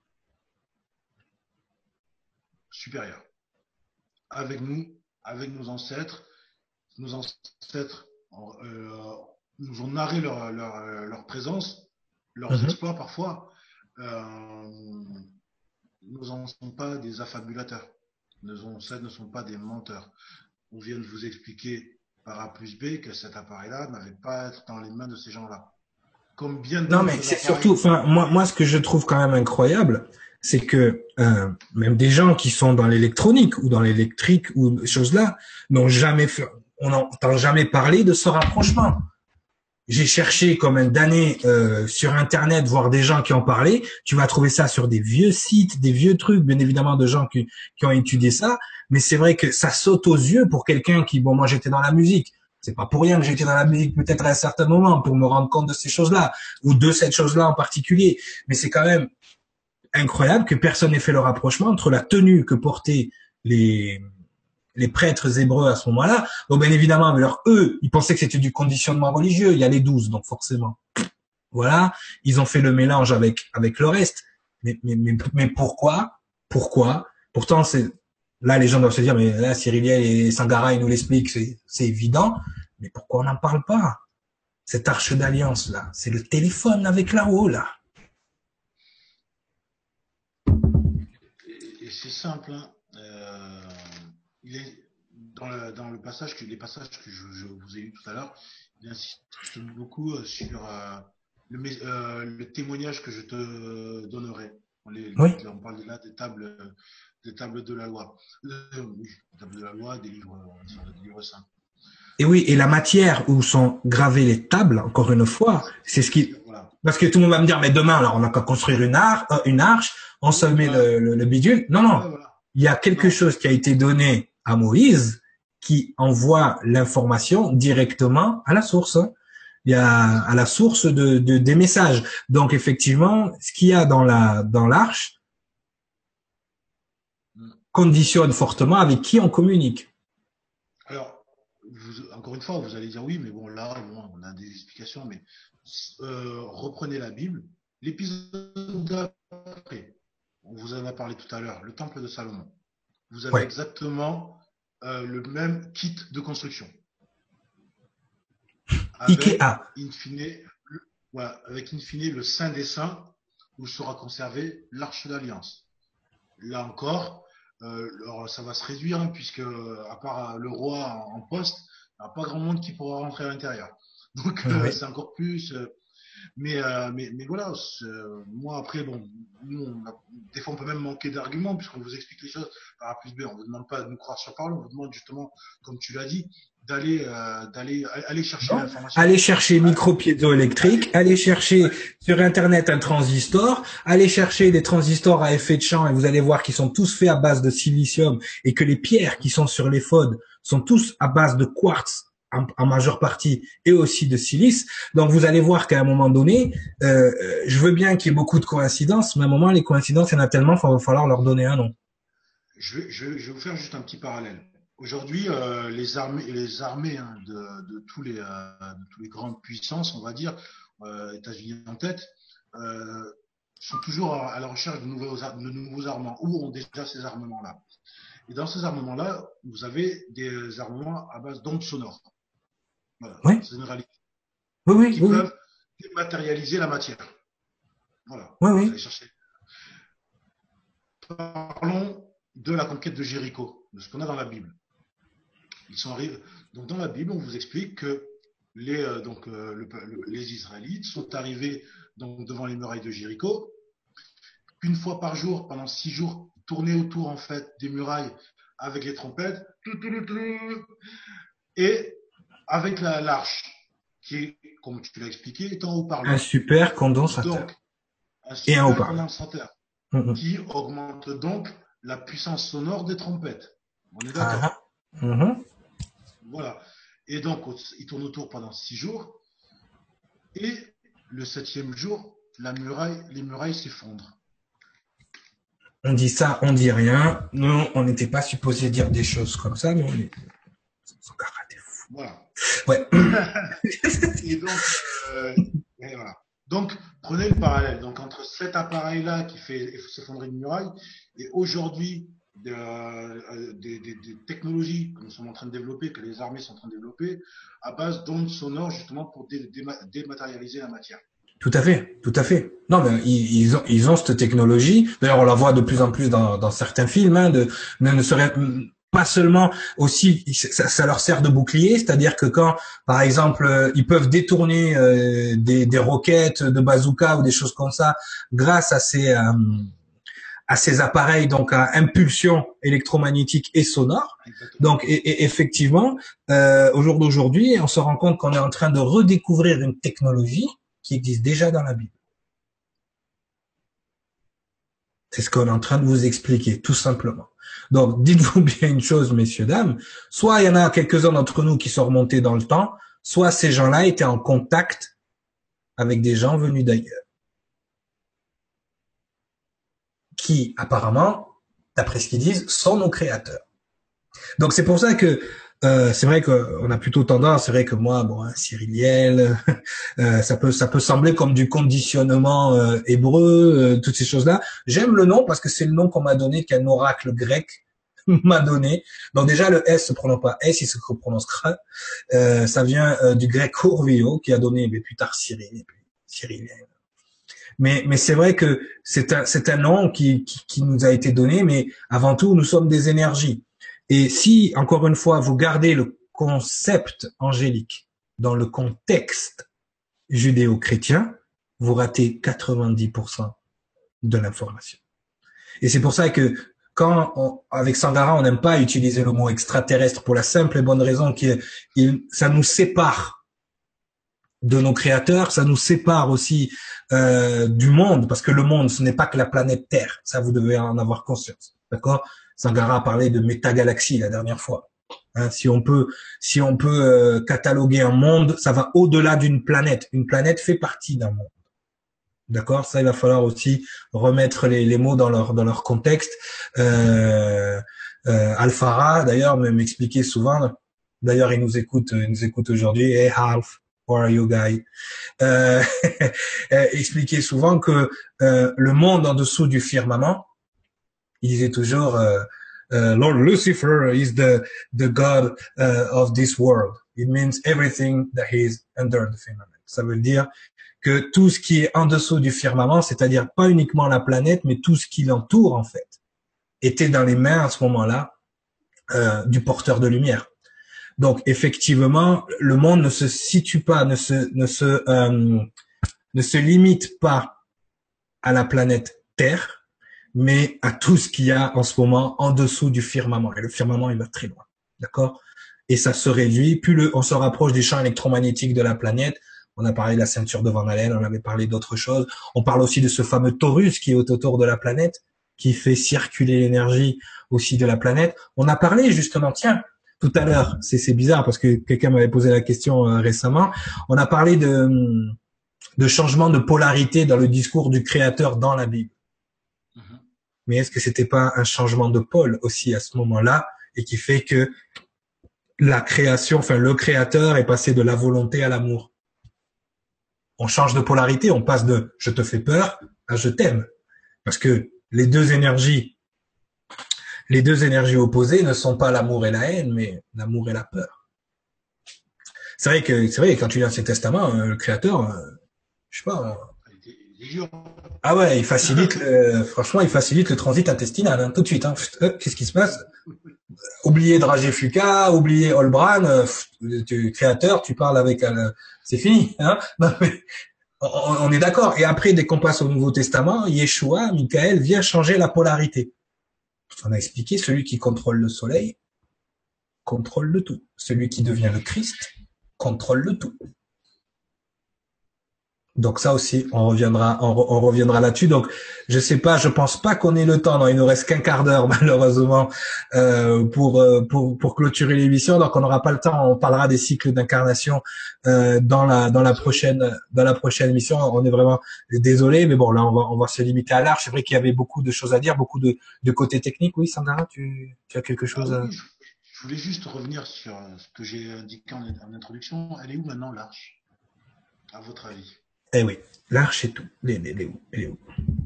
supérieurs. Avec nous, avec nos ancêtres, nos ancêtres euh, nous ont narré leur, leur, leur présence, leurs Mhm. exploits parfois. Euh, nos ancêtres ne sont pas des affabulateurs. Nos ancêtres ne sont pas des menteurs. On vient de vous expliquer par A plus B que cet appareil-là n'avait pas à être dans les mains de ces gens-là. Comme bien Non, mais d'autres c'est surtout, appareils. enfin, moi, moi, ce que je trouve quand même incroyable, c'est que euh, même des gens qui sont dans l'électronique ou dans l'électrique ou choses là n'ont jamais fait, on n'entend jamais parler de ce rapprochement. J'ai cherché combien d'années euh, sur Internet, voir des gens qui en parlaient. Tu vas trouver ça sur des vieux sites, des vieux trucs, bien évidemment, de gens qui, qui ont étudié ça. Mais c'est vrai que ça saute aux yeux pour quelqu'un qui, bon, moi j'étais dans la musique. C'est pas pour rien que j'étais dans la musique peut-être à un certain moment pour me rendre compte de ces choses-là ou de cette chose-là en particulier. Mais c'est quand même incroyable que personne n'ait fait le rapprochement entre la tenue que portaient les les prêtres hébreux à ce moment-là. Donc bien évidemment, alors eux, ils pensaient que c'était du conditionnement religieux. Il y a les douze, donc forcément. Voilà, ils ont fait le mélange avec avec le reste. Mais mais mais, mais pourquoi Pourquoi Pourtant, c'est là les gens doivent se dire, mais là Cyriliel et Sangara ils nous l'expliquent, c'est c'est évident. Mais pourquoi on n'en parle pas? Cette arche d'alliance là, c'est le téléphone avec là-haut là. Et, et c'est simple, hein. Euh, il est dans le, dans le passage que les passages que je, je vous ai lus tout à l'heure, il insiste beaucoup euh, sur euh, le, euh, le témoignage que je te donnerai. On, les, Oui. on parle là des tables, des tables de la loi. Euh, oui, des tables de la loi, des livres, des livres saints. Et oui, et la matière où sont gravées les tables, encore une fois, c'est ce qui, voilà. parce que tout le monde va me dire, mais demain, alors on n'a qu'à construire une, ar euh, une arche, on se met Voilà. le, le, le bidule. Non, non. Ouais, voilà. Il y a quelque Non. chose qui a été donné à Moïse qui envoie l'information directement à la source. Il y a à la source de, de des messages. Donc effectivement, ce qu'il y a dans la dans l'arche conditionne fortement avec qui on communique. Alors, vous, encore une fois, vous allez dire oui, mais bon, là, bon, on a des explications, mais euh, reprenez la Bible. L'épisode d'après, on vous en a parlé tout à l'heure, le temple de Salomon. Vous avez Ouais. exactement euh, le même kit de construction. Avec, Ikea. in fine, le, voilà, avec in fine le Saint des Saints, où sera conservée l'Arche d'Alliance. Là encore, euh, alors ça va se réduire, hein, puisque à part le roi en, en poste, il n'y a pas grand monde qui pourra rentrer à l'intérieur. Donc euh, Oui. c'est encore plus. Euh, mais, euh, mais, mais voilà, euh, moi après, bon, nous, on a, des fois on peut même manquer d'arguments, puisqu'on vous explique les choses par A plus B. On ne vous demande pas de nous croire sur parole, on vous demande justement, comme tu l'as dit, d'aller euh, d'aller aller chercher Non. l'information. Allez chercher micro piézoélectrique, allez chercher allez, sur internet un transistor, allez chercher des transistors à effet de champ et vous allez voir qu'ils sont tous faits à base de silicium et que les pierres qui sont sur les phodes sont tous à base de quartz en, en majeure partie et aussi de silice. Donc vous allez voir qu'à un moment donné, euh, je veux bien qu'il y ait beaucoup de coïncidences, mais à un moment les coïncidences, il y en a tellement, il va falloir leur donner un nom. Je vais, je, vais, je vais vous faire juste un petit parallèle. Aujourd'hui, euh, les armées, les armées hein, de, de, tous les, euh, de tous les grandes puissances, on va dire, euh, États-Unis en tête, euh, sont toujours à, à la recherche de nouveaux, de nouveaux armements, ou ont déjà ces armements-là. Et dans ces armements-là, vous avez des armements à base d'ondes sonores. Voilà, Oui, c'est une réalité. oui, oui, Qui oui, peuvent dématérialiser la matière. Voilà, oui, vous oui. allez chercher. Parlons de la conquête de Jéricho, de ce qu'on a dans la Bible. Ils sont arrivés. Donc dans la Bible, on vous explique que les, euh, donc, euh, le, le, les Israélites sont arrivés donc, devant les murailles de Jéricho. Une fois par jour, pendant six jours, tourner autour en fait des murailles avec les trompettes et avec la l'arche. qui est, comme tu l'as expliqué, est en haut-parleur. Un super condensateur. Donc, un Et un super haut-parleur. condensateur Mhm. qui augmente donc la puissance sonore des trompettes. On est d'accord. Ah, ah. Mhm. Voilà. Et donc, il tourne autour pendant six jours. Et le septième jour, la muraille, les murailles s'effondrent. On dit ça, on dit rien. Nous, on n'était pas supposé dire des choses comme ça, mais on est. Voilà. Ouais. Et donc, euh, et voilà. Donc, prenez le parallèle. Donc, entre cet appareil-là qui fait s'effondrer une muraille et aujourd'hui, de, euh, des, des, des technologies que nous sommes en train de développer, que les armées sont en train de développer, à base d'ondes sonores, justement, pour dé, dé, dématérialiser la matière. Tout à fait, tout à fait. Non, mais ils, ils ont, ils ont cette technologie. D'ailleurs, on la voit de plus en plus dans, dans certains films. Hein, de, ne, ne serait pas seulement aussi, ça, ça leur sert de bouclier, c'est-à-dire que quand, par exemple, ils peuvent détourner euh, des, des roquettes, de bazooka ou des choses comme ça, grâce à ces euh, à ces appareils, donc à impulsion électromagnétique et sonore. Donc, et, et effectivement, euh, au jour d'aujourd'hui, on se rend compte qu'on est en train de redécouvrir une technologie qui existe déjà dans la Bible. C'est ce qu'on est en train de vous expliquer, tout simplement. Donc, dites-vous bien une chose, messieurs, dames, soit il y en a quelques-uns d'entre nous qui sont remontés dans le temps, soit ces gens-là étaient en contact avec des gens venus d'ailleurs, qui, apparemment, d'après ce qu'ils disent, sont nos créateurs. Donc, c'est pour ça que Euh, c'est vrai qu'on a plutôt tendance, c'est vrai que moi, bon, hein, Cyriliel, euh, ça peut, ça peut sembler comme du conditionnement euh, hébreu, euh, toutes ces choses-là. J'aime le nom parce que c'est le nom qu'on m'a donné, qu'un oracle grec m'a donné. Donc déjà, le S se prononce pas S, il se prononce Kr. Euh, ça vient euh, du grec Urvio, qui a donné, mais plus tard Cyril, et puis Cyriliel. Mais, mais c'est vrai que c'est un, c'est un nom qui, qui, qui nous a été donné, mais avant tout, nous sommes des énergies. Et si, encore une fois, vous gardez le concept angélique dans le contexte judéo-chrétien, vous ratez quatre-vingt-dix pour cent de l'information. Et c'est pour ça que quand, on, avec Sangara, on n'aime pas utiliser le mot extraterrestre pour la simple et bonne raison que ça nous sépare de nos créateurs, ça nous sépare aussi euh, du monde, parce que le monde, ce n'est pas que la planète Terre. Ça, vous devez en avoir conscience. D'accord ? Sangara a parlé de métagalaxies la dernière fois. Hein, si on peut, si on peut euh, cataloguer un monde, ça va au-delà d'une planète. Une planète fait partie d'un monde. D'accord ? Ça, il va falloir aussi remettre les, les mots dans leur dans leur contexte. Euh, euh, Alfara, d'ailleurs, m'expliquait souvent. D'ailleurs, il nous écoute, il nous écoute aujourd'hui. Hey, Alf, how are you, guy? Euh, expliquait souvent que euh, le monde en dessous du firmament, il disait toujours euh, uh, Lord Lucifer is the the God uh, of this world. It means everything that is under the firmament. Ça veut dire que tout ce qui est en dessous du firmament, c'est-à-dire pas uniquement la planète, mais tout ce qui l'entoure en fait, était dans les mains à ce moment-là euh, du porteur de lumière. Donc effectivement, le monde ne se situe pas, ne se ne se euh, ne se limite pas à la planète Terre, mais à tout ce qu'il y a en ce moment en dessous du firmament. Et le firmament, il va très loin, d'accord ? Et ça se réduit. Plus le, on se rapproche des champs électromagnétiques de la planète. On a parlé de la ceinture de Van Allen, on avait parlé d'autres choses. On parle aussi de ce fameux torus qui est autour de la planète, qui fait circuler l'énergie aussi de la planète. On a parlé justement, tiens, tout à l'heure, c'est, c'est bizarre parce que quelqu'un m'avait posé la question euh, récemment. On a parlé de, de changement de polarité dans le discours du Créateur dans la Bible. Mais est-ce que c'était pas un changement de pôle aussi à ce moment-là et qui fait que la création, enfin le créateur est passé de la volonté à l'amour? On change de polarité, on passe de je te fais peur à je t'aime. Parce que les deux énergies, les deux énergies opposées ne sont pas l'amour et la haine, mais l'amour et la peur. C'est vrai que, c'est vrai, quand tu lis l'Ancien Testament, le créateur, je sais pas, ah ouais, il facilite, le, franchement, il facilite le transit intestinal, hein, tout de suite. Hein. Euh, qu'est-ce qui se passe? Oubliez Dragé Fuka, oubliez Olbran, euh, tu créateur, tu parles avec, euh, c'est fini. Hein. Non, mais on, on est d'accord. Et après, dès qu'on passe au Nouveau Testament, Yeshua, Michael vient changer la polarité. On a expliqué, celui qui contrôle le soleil contrôle le tout. Celui qui devient le Christ contrôle le tout. Donc ça aussi, on reviendra, on, on reviendra là-dessus. Donc je sais pas, je pense pas qu'on ait le temps. Non, il nous reste qu'un quart d'heure malheureusement euh, pour euh, pour pour clôturer l'émission. Donc on n'aura pas le temps. On parlera des cycles d'incarnation euh, dans la dans la prochaine dans la prochaine émission. On est vraiment désolé, mais bon là on va on va se limiter à l'arche. C'est vrai qu'il y avait beaucoup de choses à dire, beaucoup de de côté technique. Oui, Sandra, tu tu as quelque chose Ah à... oui, je, je voulais juste revenir sur ce que j'ai indiqué en, en introduction. Elle est où maintenant l'arche, à votre avis? Eh oui, l'arche et tout. Elle est, elle est où? Elle est où?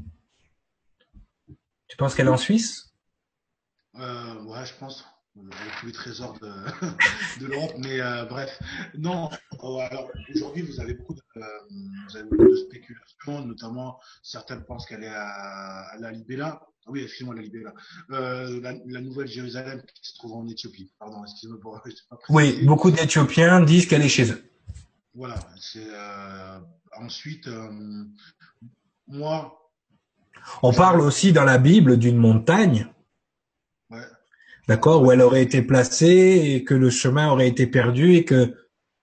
Tu penses qu'elle est en Suisse? Euh, ouais, je pense, euh, avec tous les trésors de, de l'Europe, mais euh, bref. Non, euh, alors aujourd'hui, vous avez beaucoup de, euh, vous avez beaucoup de spéculations, notamment certains pensent qu'elle est à, à la Libella. Ah oui, excusez-moi, la Libella. Euh, la, la Nouvelle Jérusalem qui se trouve en Éthiopie. Pardon, excusez-moi pour je sais pas Oui, précisé. beaucoup d'Éthiopiens disent qu'elle est chez eux. Voilà, c'est euh, ensuite, euh, moi, On je parle me... aussi dans la Bible d'une montagne, Ouais, d'accord, où ouais, elle aurait été placée et que le chemin aurait été perdu et que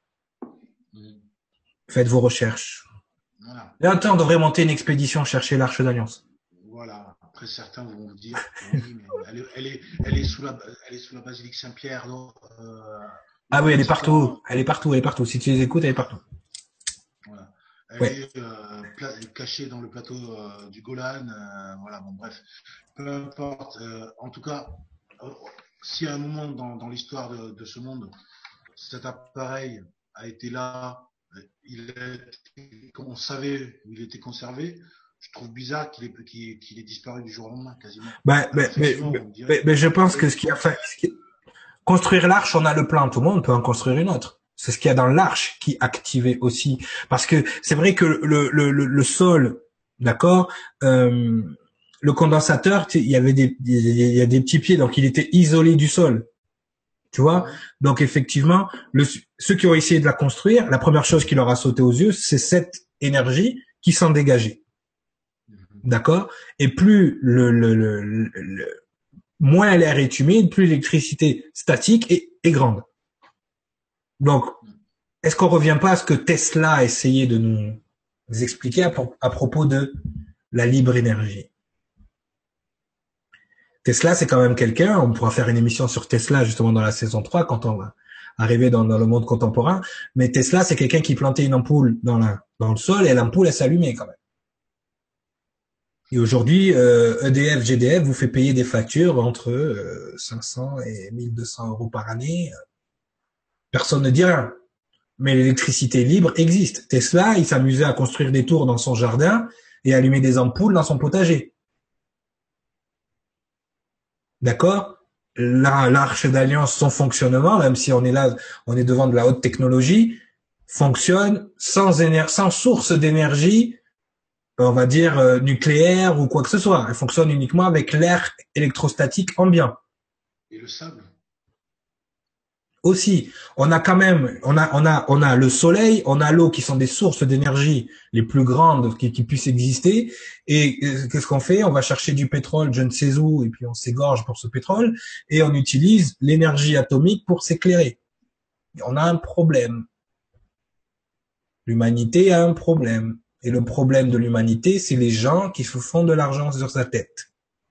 mm, faites vos recherches. voilà. Là, on devrait monter une expédition chercher l'Arche d'Alliance. Voilà. Après, certains vont vous dire, oui, mais elle est, elle est, elle est sous la, elle est sous la basilique Saint-Pierre, donc, euh, Ah au oui, elle est Vatican. partout, elle est partout, elle est partout. Si tu les écoutes, elle est partout. Voilà. Elle Ouais. est euh, pla- cachée dans le plateau euh, du Golan. Euh, voilà, bon, bref. Peu importe. Euh, en tout cas, euh, si à un moment dans, dans l'histoire de, de ce monde, cet appareil a été là, euh, il est, on savait où il était conservé, je trouve bizarre qu'il ait, qu'il, qu'il ait disparu du jour au lendemain, quasiment. Ben, Alors, ben, ben, effectivement, ben, vous me direz, ben, ben, je pense oui, que ce qui a fait, ce qui- construire l'arche, on a le plan, tout le monde peut en construire une autre. C'est ce qu'il y a dans l'arche qui activait aussi. Parce que c'est vrai que le, le, le, le sol, d'accord, euh, le condensateur, il y avait des, il y a des petits pieds, donc il était isolé du sol. Tu vois? mhm, Donc effectivement, le, ceux qui ont essayé de la construire, la première chose qui leur a sauté aux yeux, c'est cette énergie qui s'en dégageait. mhm, D'accord? Et plus le, le, le, le moins l'air est humide, plus l'électricité statique est, est grande. Donc, mhm. est-ce qu'on revient pas à ce que Tesla a essayé de nous expliquer à, à propos de la libre énergie? Tesla, c'est quand même quelqu'un, on pourra faire une émission sur Tesla justement dans la saison trois quand on va arriver dans, dans le monde contemporain, mais Tesla, c'est quelqu'un qui plantait une ampoule dans, la, dans le sol et l'ampoule, elle s'allumait quand même. Et aujourd'hui, euh, E D F, G D F vous fait payer des factures entre euh, cinq cents et mille deux cents euros par année. Personne ne dit rien. Mais l'électricité libre existe. Tesla, il s'amusait à construire des tours dans son jardin et allumer des ampoules dans son potager. D'accord? Là, l'Arche d'Alliance, son fonctionnement, même si on est là, on est devant de la haute technologie, fonctionne sans énergie, sans source d'énergie, on va dire euh, nucléaire ou quoi que ce soit. Elle fonctionne uniquement avec l'air électrostatique ambiant. Et le sable? Aussi, on a quand même, on a, on a, on a le soleil, on a l'eau qui sont des sources d'énergie les plus grandes qui, qui puissent exister. Et euh, qu'est-ce qu'on fait? On va chercher du pétrole, je ne sais où, et puis on s'égorge pour ce pétrole, et on utilise l'énergie atomique pour s'éclairer. On a un problème. L'humanité a un problème. Et le problème de l'humanité, c'est les gens qui se font de l'argent sur sa tête.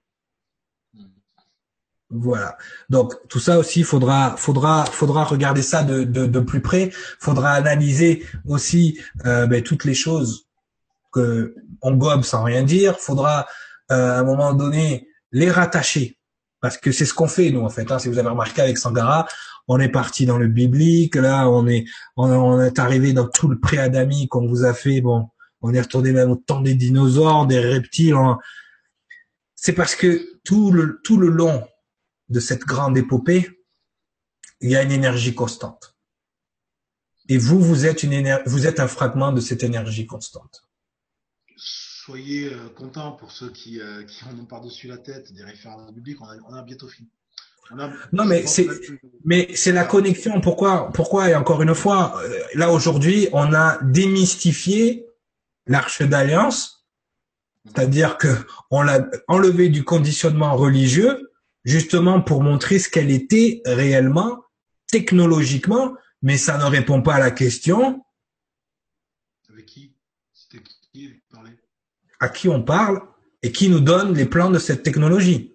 Voilà. Donc tout ça aussi, faudra, faudra, faudra regarder ça de, de, de plus près. Faudra analyser aussi euh, ben, toutes les choses que on gobe sans rien dire. Faudra euh, à un moment donné les rattacher, parce que c'est ce qu'on fait nous en fait. Hein. Si vous avez remarqué avec Sangara, on est parti dans le biblique. Là, on est, on, on est arrivé dans tout le pré-adamique qu'on vous a fait. Bon, on est retourné même au temps des dinosaures, des reptiles. On... C'est parce que tout le tout le long de cette grande épopée, il y a une énergie constante. Et vous, vous êtes une éner... vous êtes un fragment de cette énergie constante. Soyez euh, contents pour ceux qui, euh, qui en ont par-dessus la tête des références bibliques. On a, on a bientôt fini. On a, Non, c'est mais bon, c'est, mais c'est la connexion. Pourquoi, pourquoi, et encore une fois, là aujourd'hui, on a démystifié l'Arche d'Alliance, c'est-à-dire que on l'a enlevé du conditionnement religieux, justement pour montrer ce qu'elle était réellement, technologiquement, mais ça ne répond pas à la question. Avec qui? qui vous parlez? À qui on parle et qui nous donne les plans de cette technologie.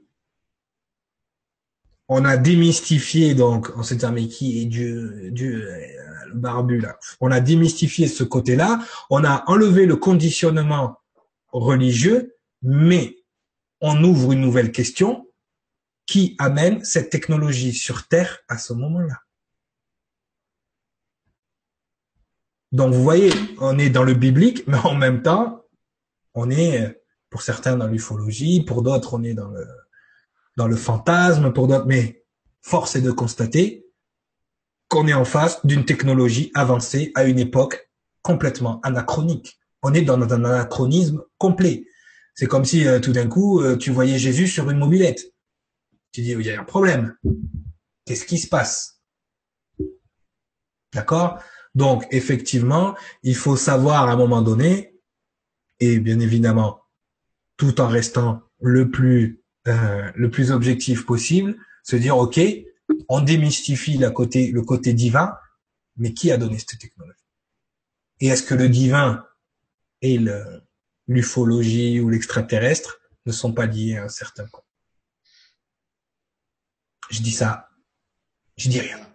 On a démystifié, donc, on s'est dit, mais qui est Dieu, Dieu, le barbu, là. On a démystifié ce côté-là. On a enlevé le conditionnement religieux, mais on ouvre une nouvelle question qui amène cette technologie sur Terre à ce moment-là. Donc, vous voyez, on est dans le biblique, mais en même temps, on est, pour certains, dans l'ufologie, pour d'autres, on est dans le, dans le fantasme, pour d'autres, mais force est de constater qu'on est en face d'une technologie avancée à une époque complètement anachronique. On est dans un anachronisme complet. C'est comme si, euh, tout d'un coup, euh, tu voyais Jésus sur une mobilette. Tu dis, il y a un problème. Qu'est-ce qui se passe? D'accord? Donc, effectivement, il faut savoir à un moment donné, et bien évidemment, tout en restant le plus euh, le plus objectif possible, se dire, ok, on démystifie la côté, le côté divin, mais qui a donné cette technologie? Et est-ce que le divin et le, l'ufologie ou l'extraterrestre ne sont pas liés à un certain point? Je dis ça, je dis rien.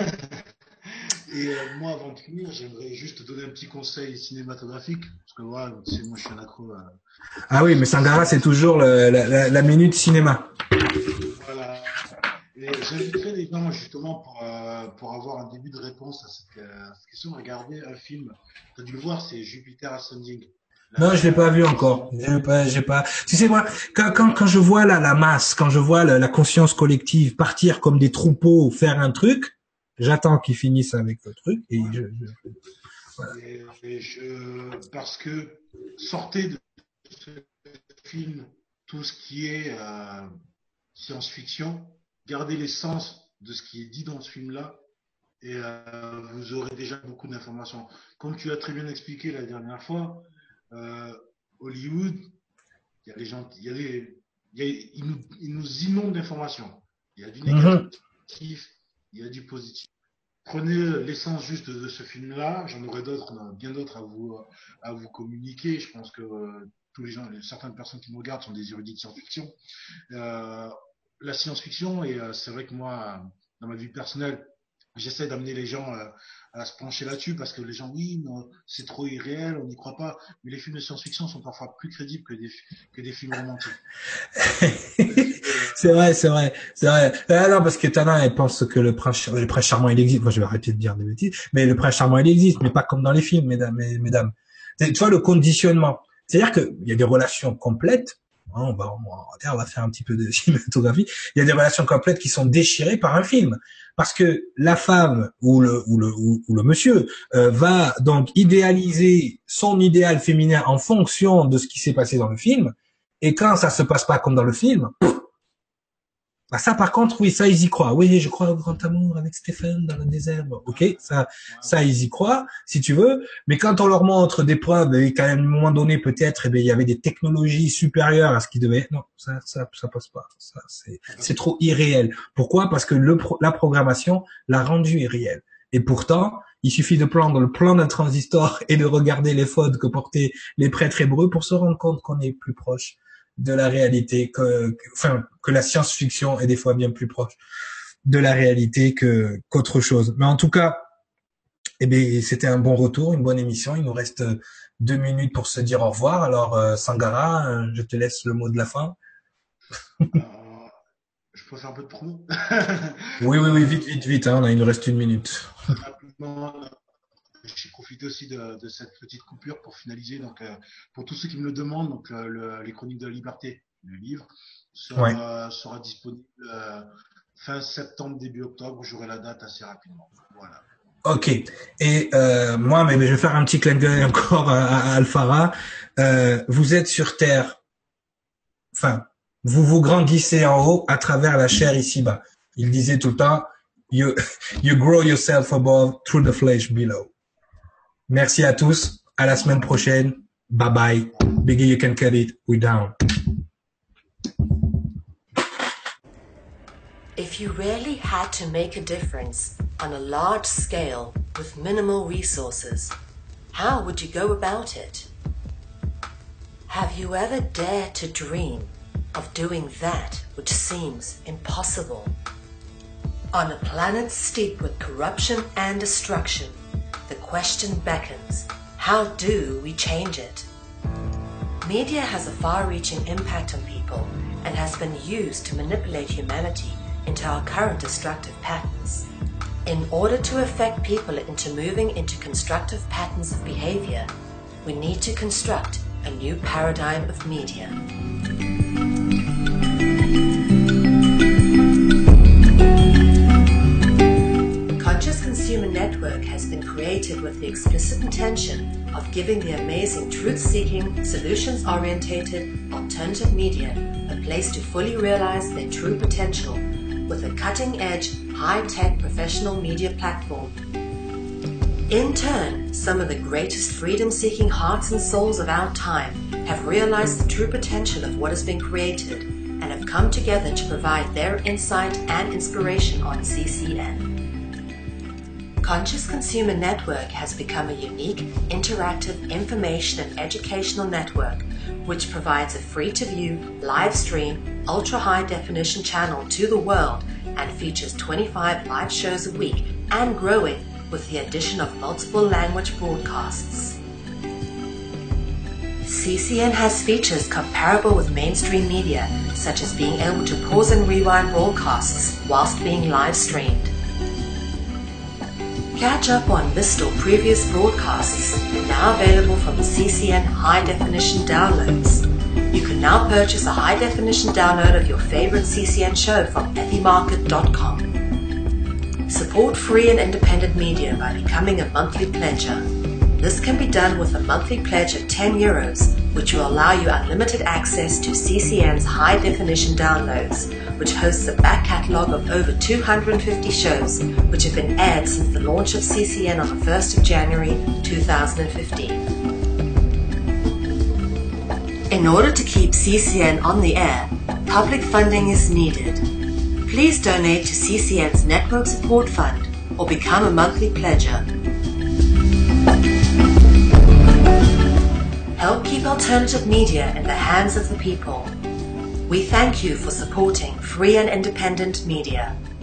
Et euh, moi, avant de finir, j'aimerais juste te donner un petit conseil cinématographique, parce que voilà, tu sais, moi, je suis un accro à... Ah oui, mais Sangara, c'est toujours le, la, la, la minute cinéma. Voilà. Et j'inviterais les gens, justement, pour, euh, pour avoir un début de réponse à cette, euh, à cette question, à regarder un film. Tu as dû le voir, c'est Jupiter Ascending. La... Non, je l'ai pas vu encore. J'ai pas, j'ai pas. Tu sais moi, quand quand quand je vois la la masse, quand je vois la, la conscience collective partir comme des troupeaux faire un truc, j'attends qu'ils finissent avec le truc et je. je voilà. et, et je, parce que sortez de ce film tout ce qui est euh, science-fiction, gardez l'essence de ce qui est dit dans ce film-là et euh, vous aurez déjà beaucoup d'informations. Comme tu as très bien expliqué la dernière fois. Euh, Hollywood, il y a des gens, il y a des, il, y a, il, nous, il nous inonde d'informations. Il y a du négatif, mm-hmm. il y a du positif. Prenez l'essence juste de, de ce film-là. J'en aurai d'autres, bien d'autres à vous, à vous communiquer. Je pense que euh, tous les gens, certaines personnes qui me regardent sont des érudits de science-fiction. Euh, la science-fiction, et euh, c'est vrai que moi, dans ma vie personnelle, j'essaie d'amener les gens euh, à se pencher là-dessus parce que les gens, oui, non, c'est trop irréel, on n'y croit pas. Mais les films de science-fiction sont parfois plus crédibles que des, que des films romantiques. C'est vrai, c'est vrai, c'est vrai. Ah non, parce que Tana, elle pense que le prince, le prince charmant, il existe. Moi, je vais arrêter de dire des bêtises. Mais le prince charmant, il existe, mais pas comme dans les films, mesdames, mesdames. Tu vois, le conditionnement. C'est-à-dire qu'il y a des relations complètes. On va, on va faire un petit peu de cinématographie. Il y a des relations complètes qui sont déchirées par un film. Parce que la femme ou le ou le ou, ou le monsieur euh, va donc idéaliser son idéal féminin en fonction de ce qui s'est passé dans le film, et quand ça se passe pas comme dans le film, bah ça par contre oui, ça ils y croient. Oui, je crois au grand amour avec Stéphane dans le désert. Bon, ok, ça ça ils y croient si tu veux, mais quand on leur montre des preuves et qu'à un moment donné peut-être eh bien il y avait des technologies supérieures à ce qui devait, non, ça ça ça passe pas. Ça c'est c'est trop irréel. Pourquoi? Parce que le la programmation l'a rendu irréel. Et pourtant, il suffit de prendre le plan d'un transistor et de regarder les fautes que portaient les prêtres hébreux pour se rendre compte qu'on est plus proche de la réalité, que, que enfin que la science-fiction est des fois bien plus proche de la réalité que qu'autre chose. Mais en tout cas, eh bien, c'était un bon retour, une bonne émission. Il nous reste deux minutes pour se dire au revoir. Alors, euh, Sangara, euh, je te laisse le mot de la fin. euh, je peux faire un peu de promo. Oui, oui, oui, vite, vite, vite. Hein, on a, il nous reste une minute. J'ai profité aussi de, de cette petite coupure pour finaliser. Donc, euh, pour tous ceux qui me le demandent, donc euh, le, les Chroniques de la Liberté, le livre, sera, ouais. euh, sera disponible euh, fin septembre, début octobre. J'aurai la date assez rapidement. Voilà. Ok. Et euh, moi, mais, mais je vais faire un petit clin d'œil encore à, à Alfara. Euh, vous êtes sur Terre. Enfin, vous vous grandissez en haut à travers la chair ici-bas. Il disait tout le temps, you, you grow yourself above through the flesh below. Merci à tous. À la semaine prochaine. Bye bye. Biggie, you can cut it. We're down. If you really had to make a difference on a large scale with minimal resources, how would you go about it? Have you ever dared to dream of doing that which seems impossible? On a planet steeped with corruption and destruction, the question beckons, how do we change it? Media has a far-reaching impact on people and has been used to manipulate humanity into our current destructive patterns. In order to affect people into moving into constructive patterns of behavior, we need to construct a new paradigm of media. Conscious Consumer Network has been created with the explicit intention of giving the amazing truth-seeking, solutions-orientated, alternative media a place to fully realize their true potential with a cutting-edge, high-tech professional media platform. In turn, some of the greatest freedom-seeking hearts and souls of our time have realized the true potential of what has been created and have come together to provide their insight and inspiration on C C N. Conscious Consumer Network has become a unique, interactive information and educational network which provides a free-to-view, live-stream, ultra-high-definition channel to the world and features twenty-five live shows a week and growing with the addition of multiple language broadcasts. C C N has features comparable with mainstream media, such as being able to pause and rewind broadcasts whilst being live streamed. Catch up on missed or previous broadcasts, now available from the C C N High Definition Downloads. You can now purchase a high definition download of your favorite C C N show from ethy market dot com. Support free and independent media by becoming a monthly pledger. This can be done with a monthly pledge of ten euros, which will allow you unlimited access to C C N's high definition downloads, which hosts a back catalogue of over two hundred fifty shows, which have been aired since the launch of C C N on the first of January two thousand fifteen. In order to keep C C N on the air, public funding is needed. Please donate to C C N's Network Support Fund or become a monthly pledger. Help keep alternative media in the hands of the people. We thank you for supporting free and independent media.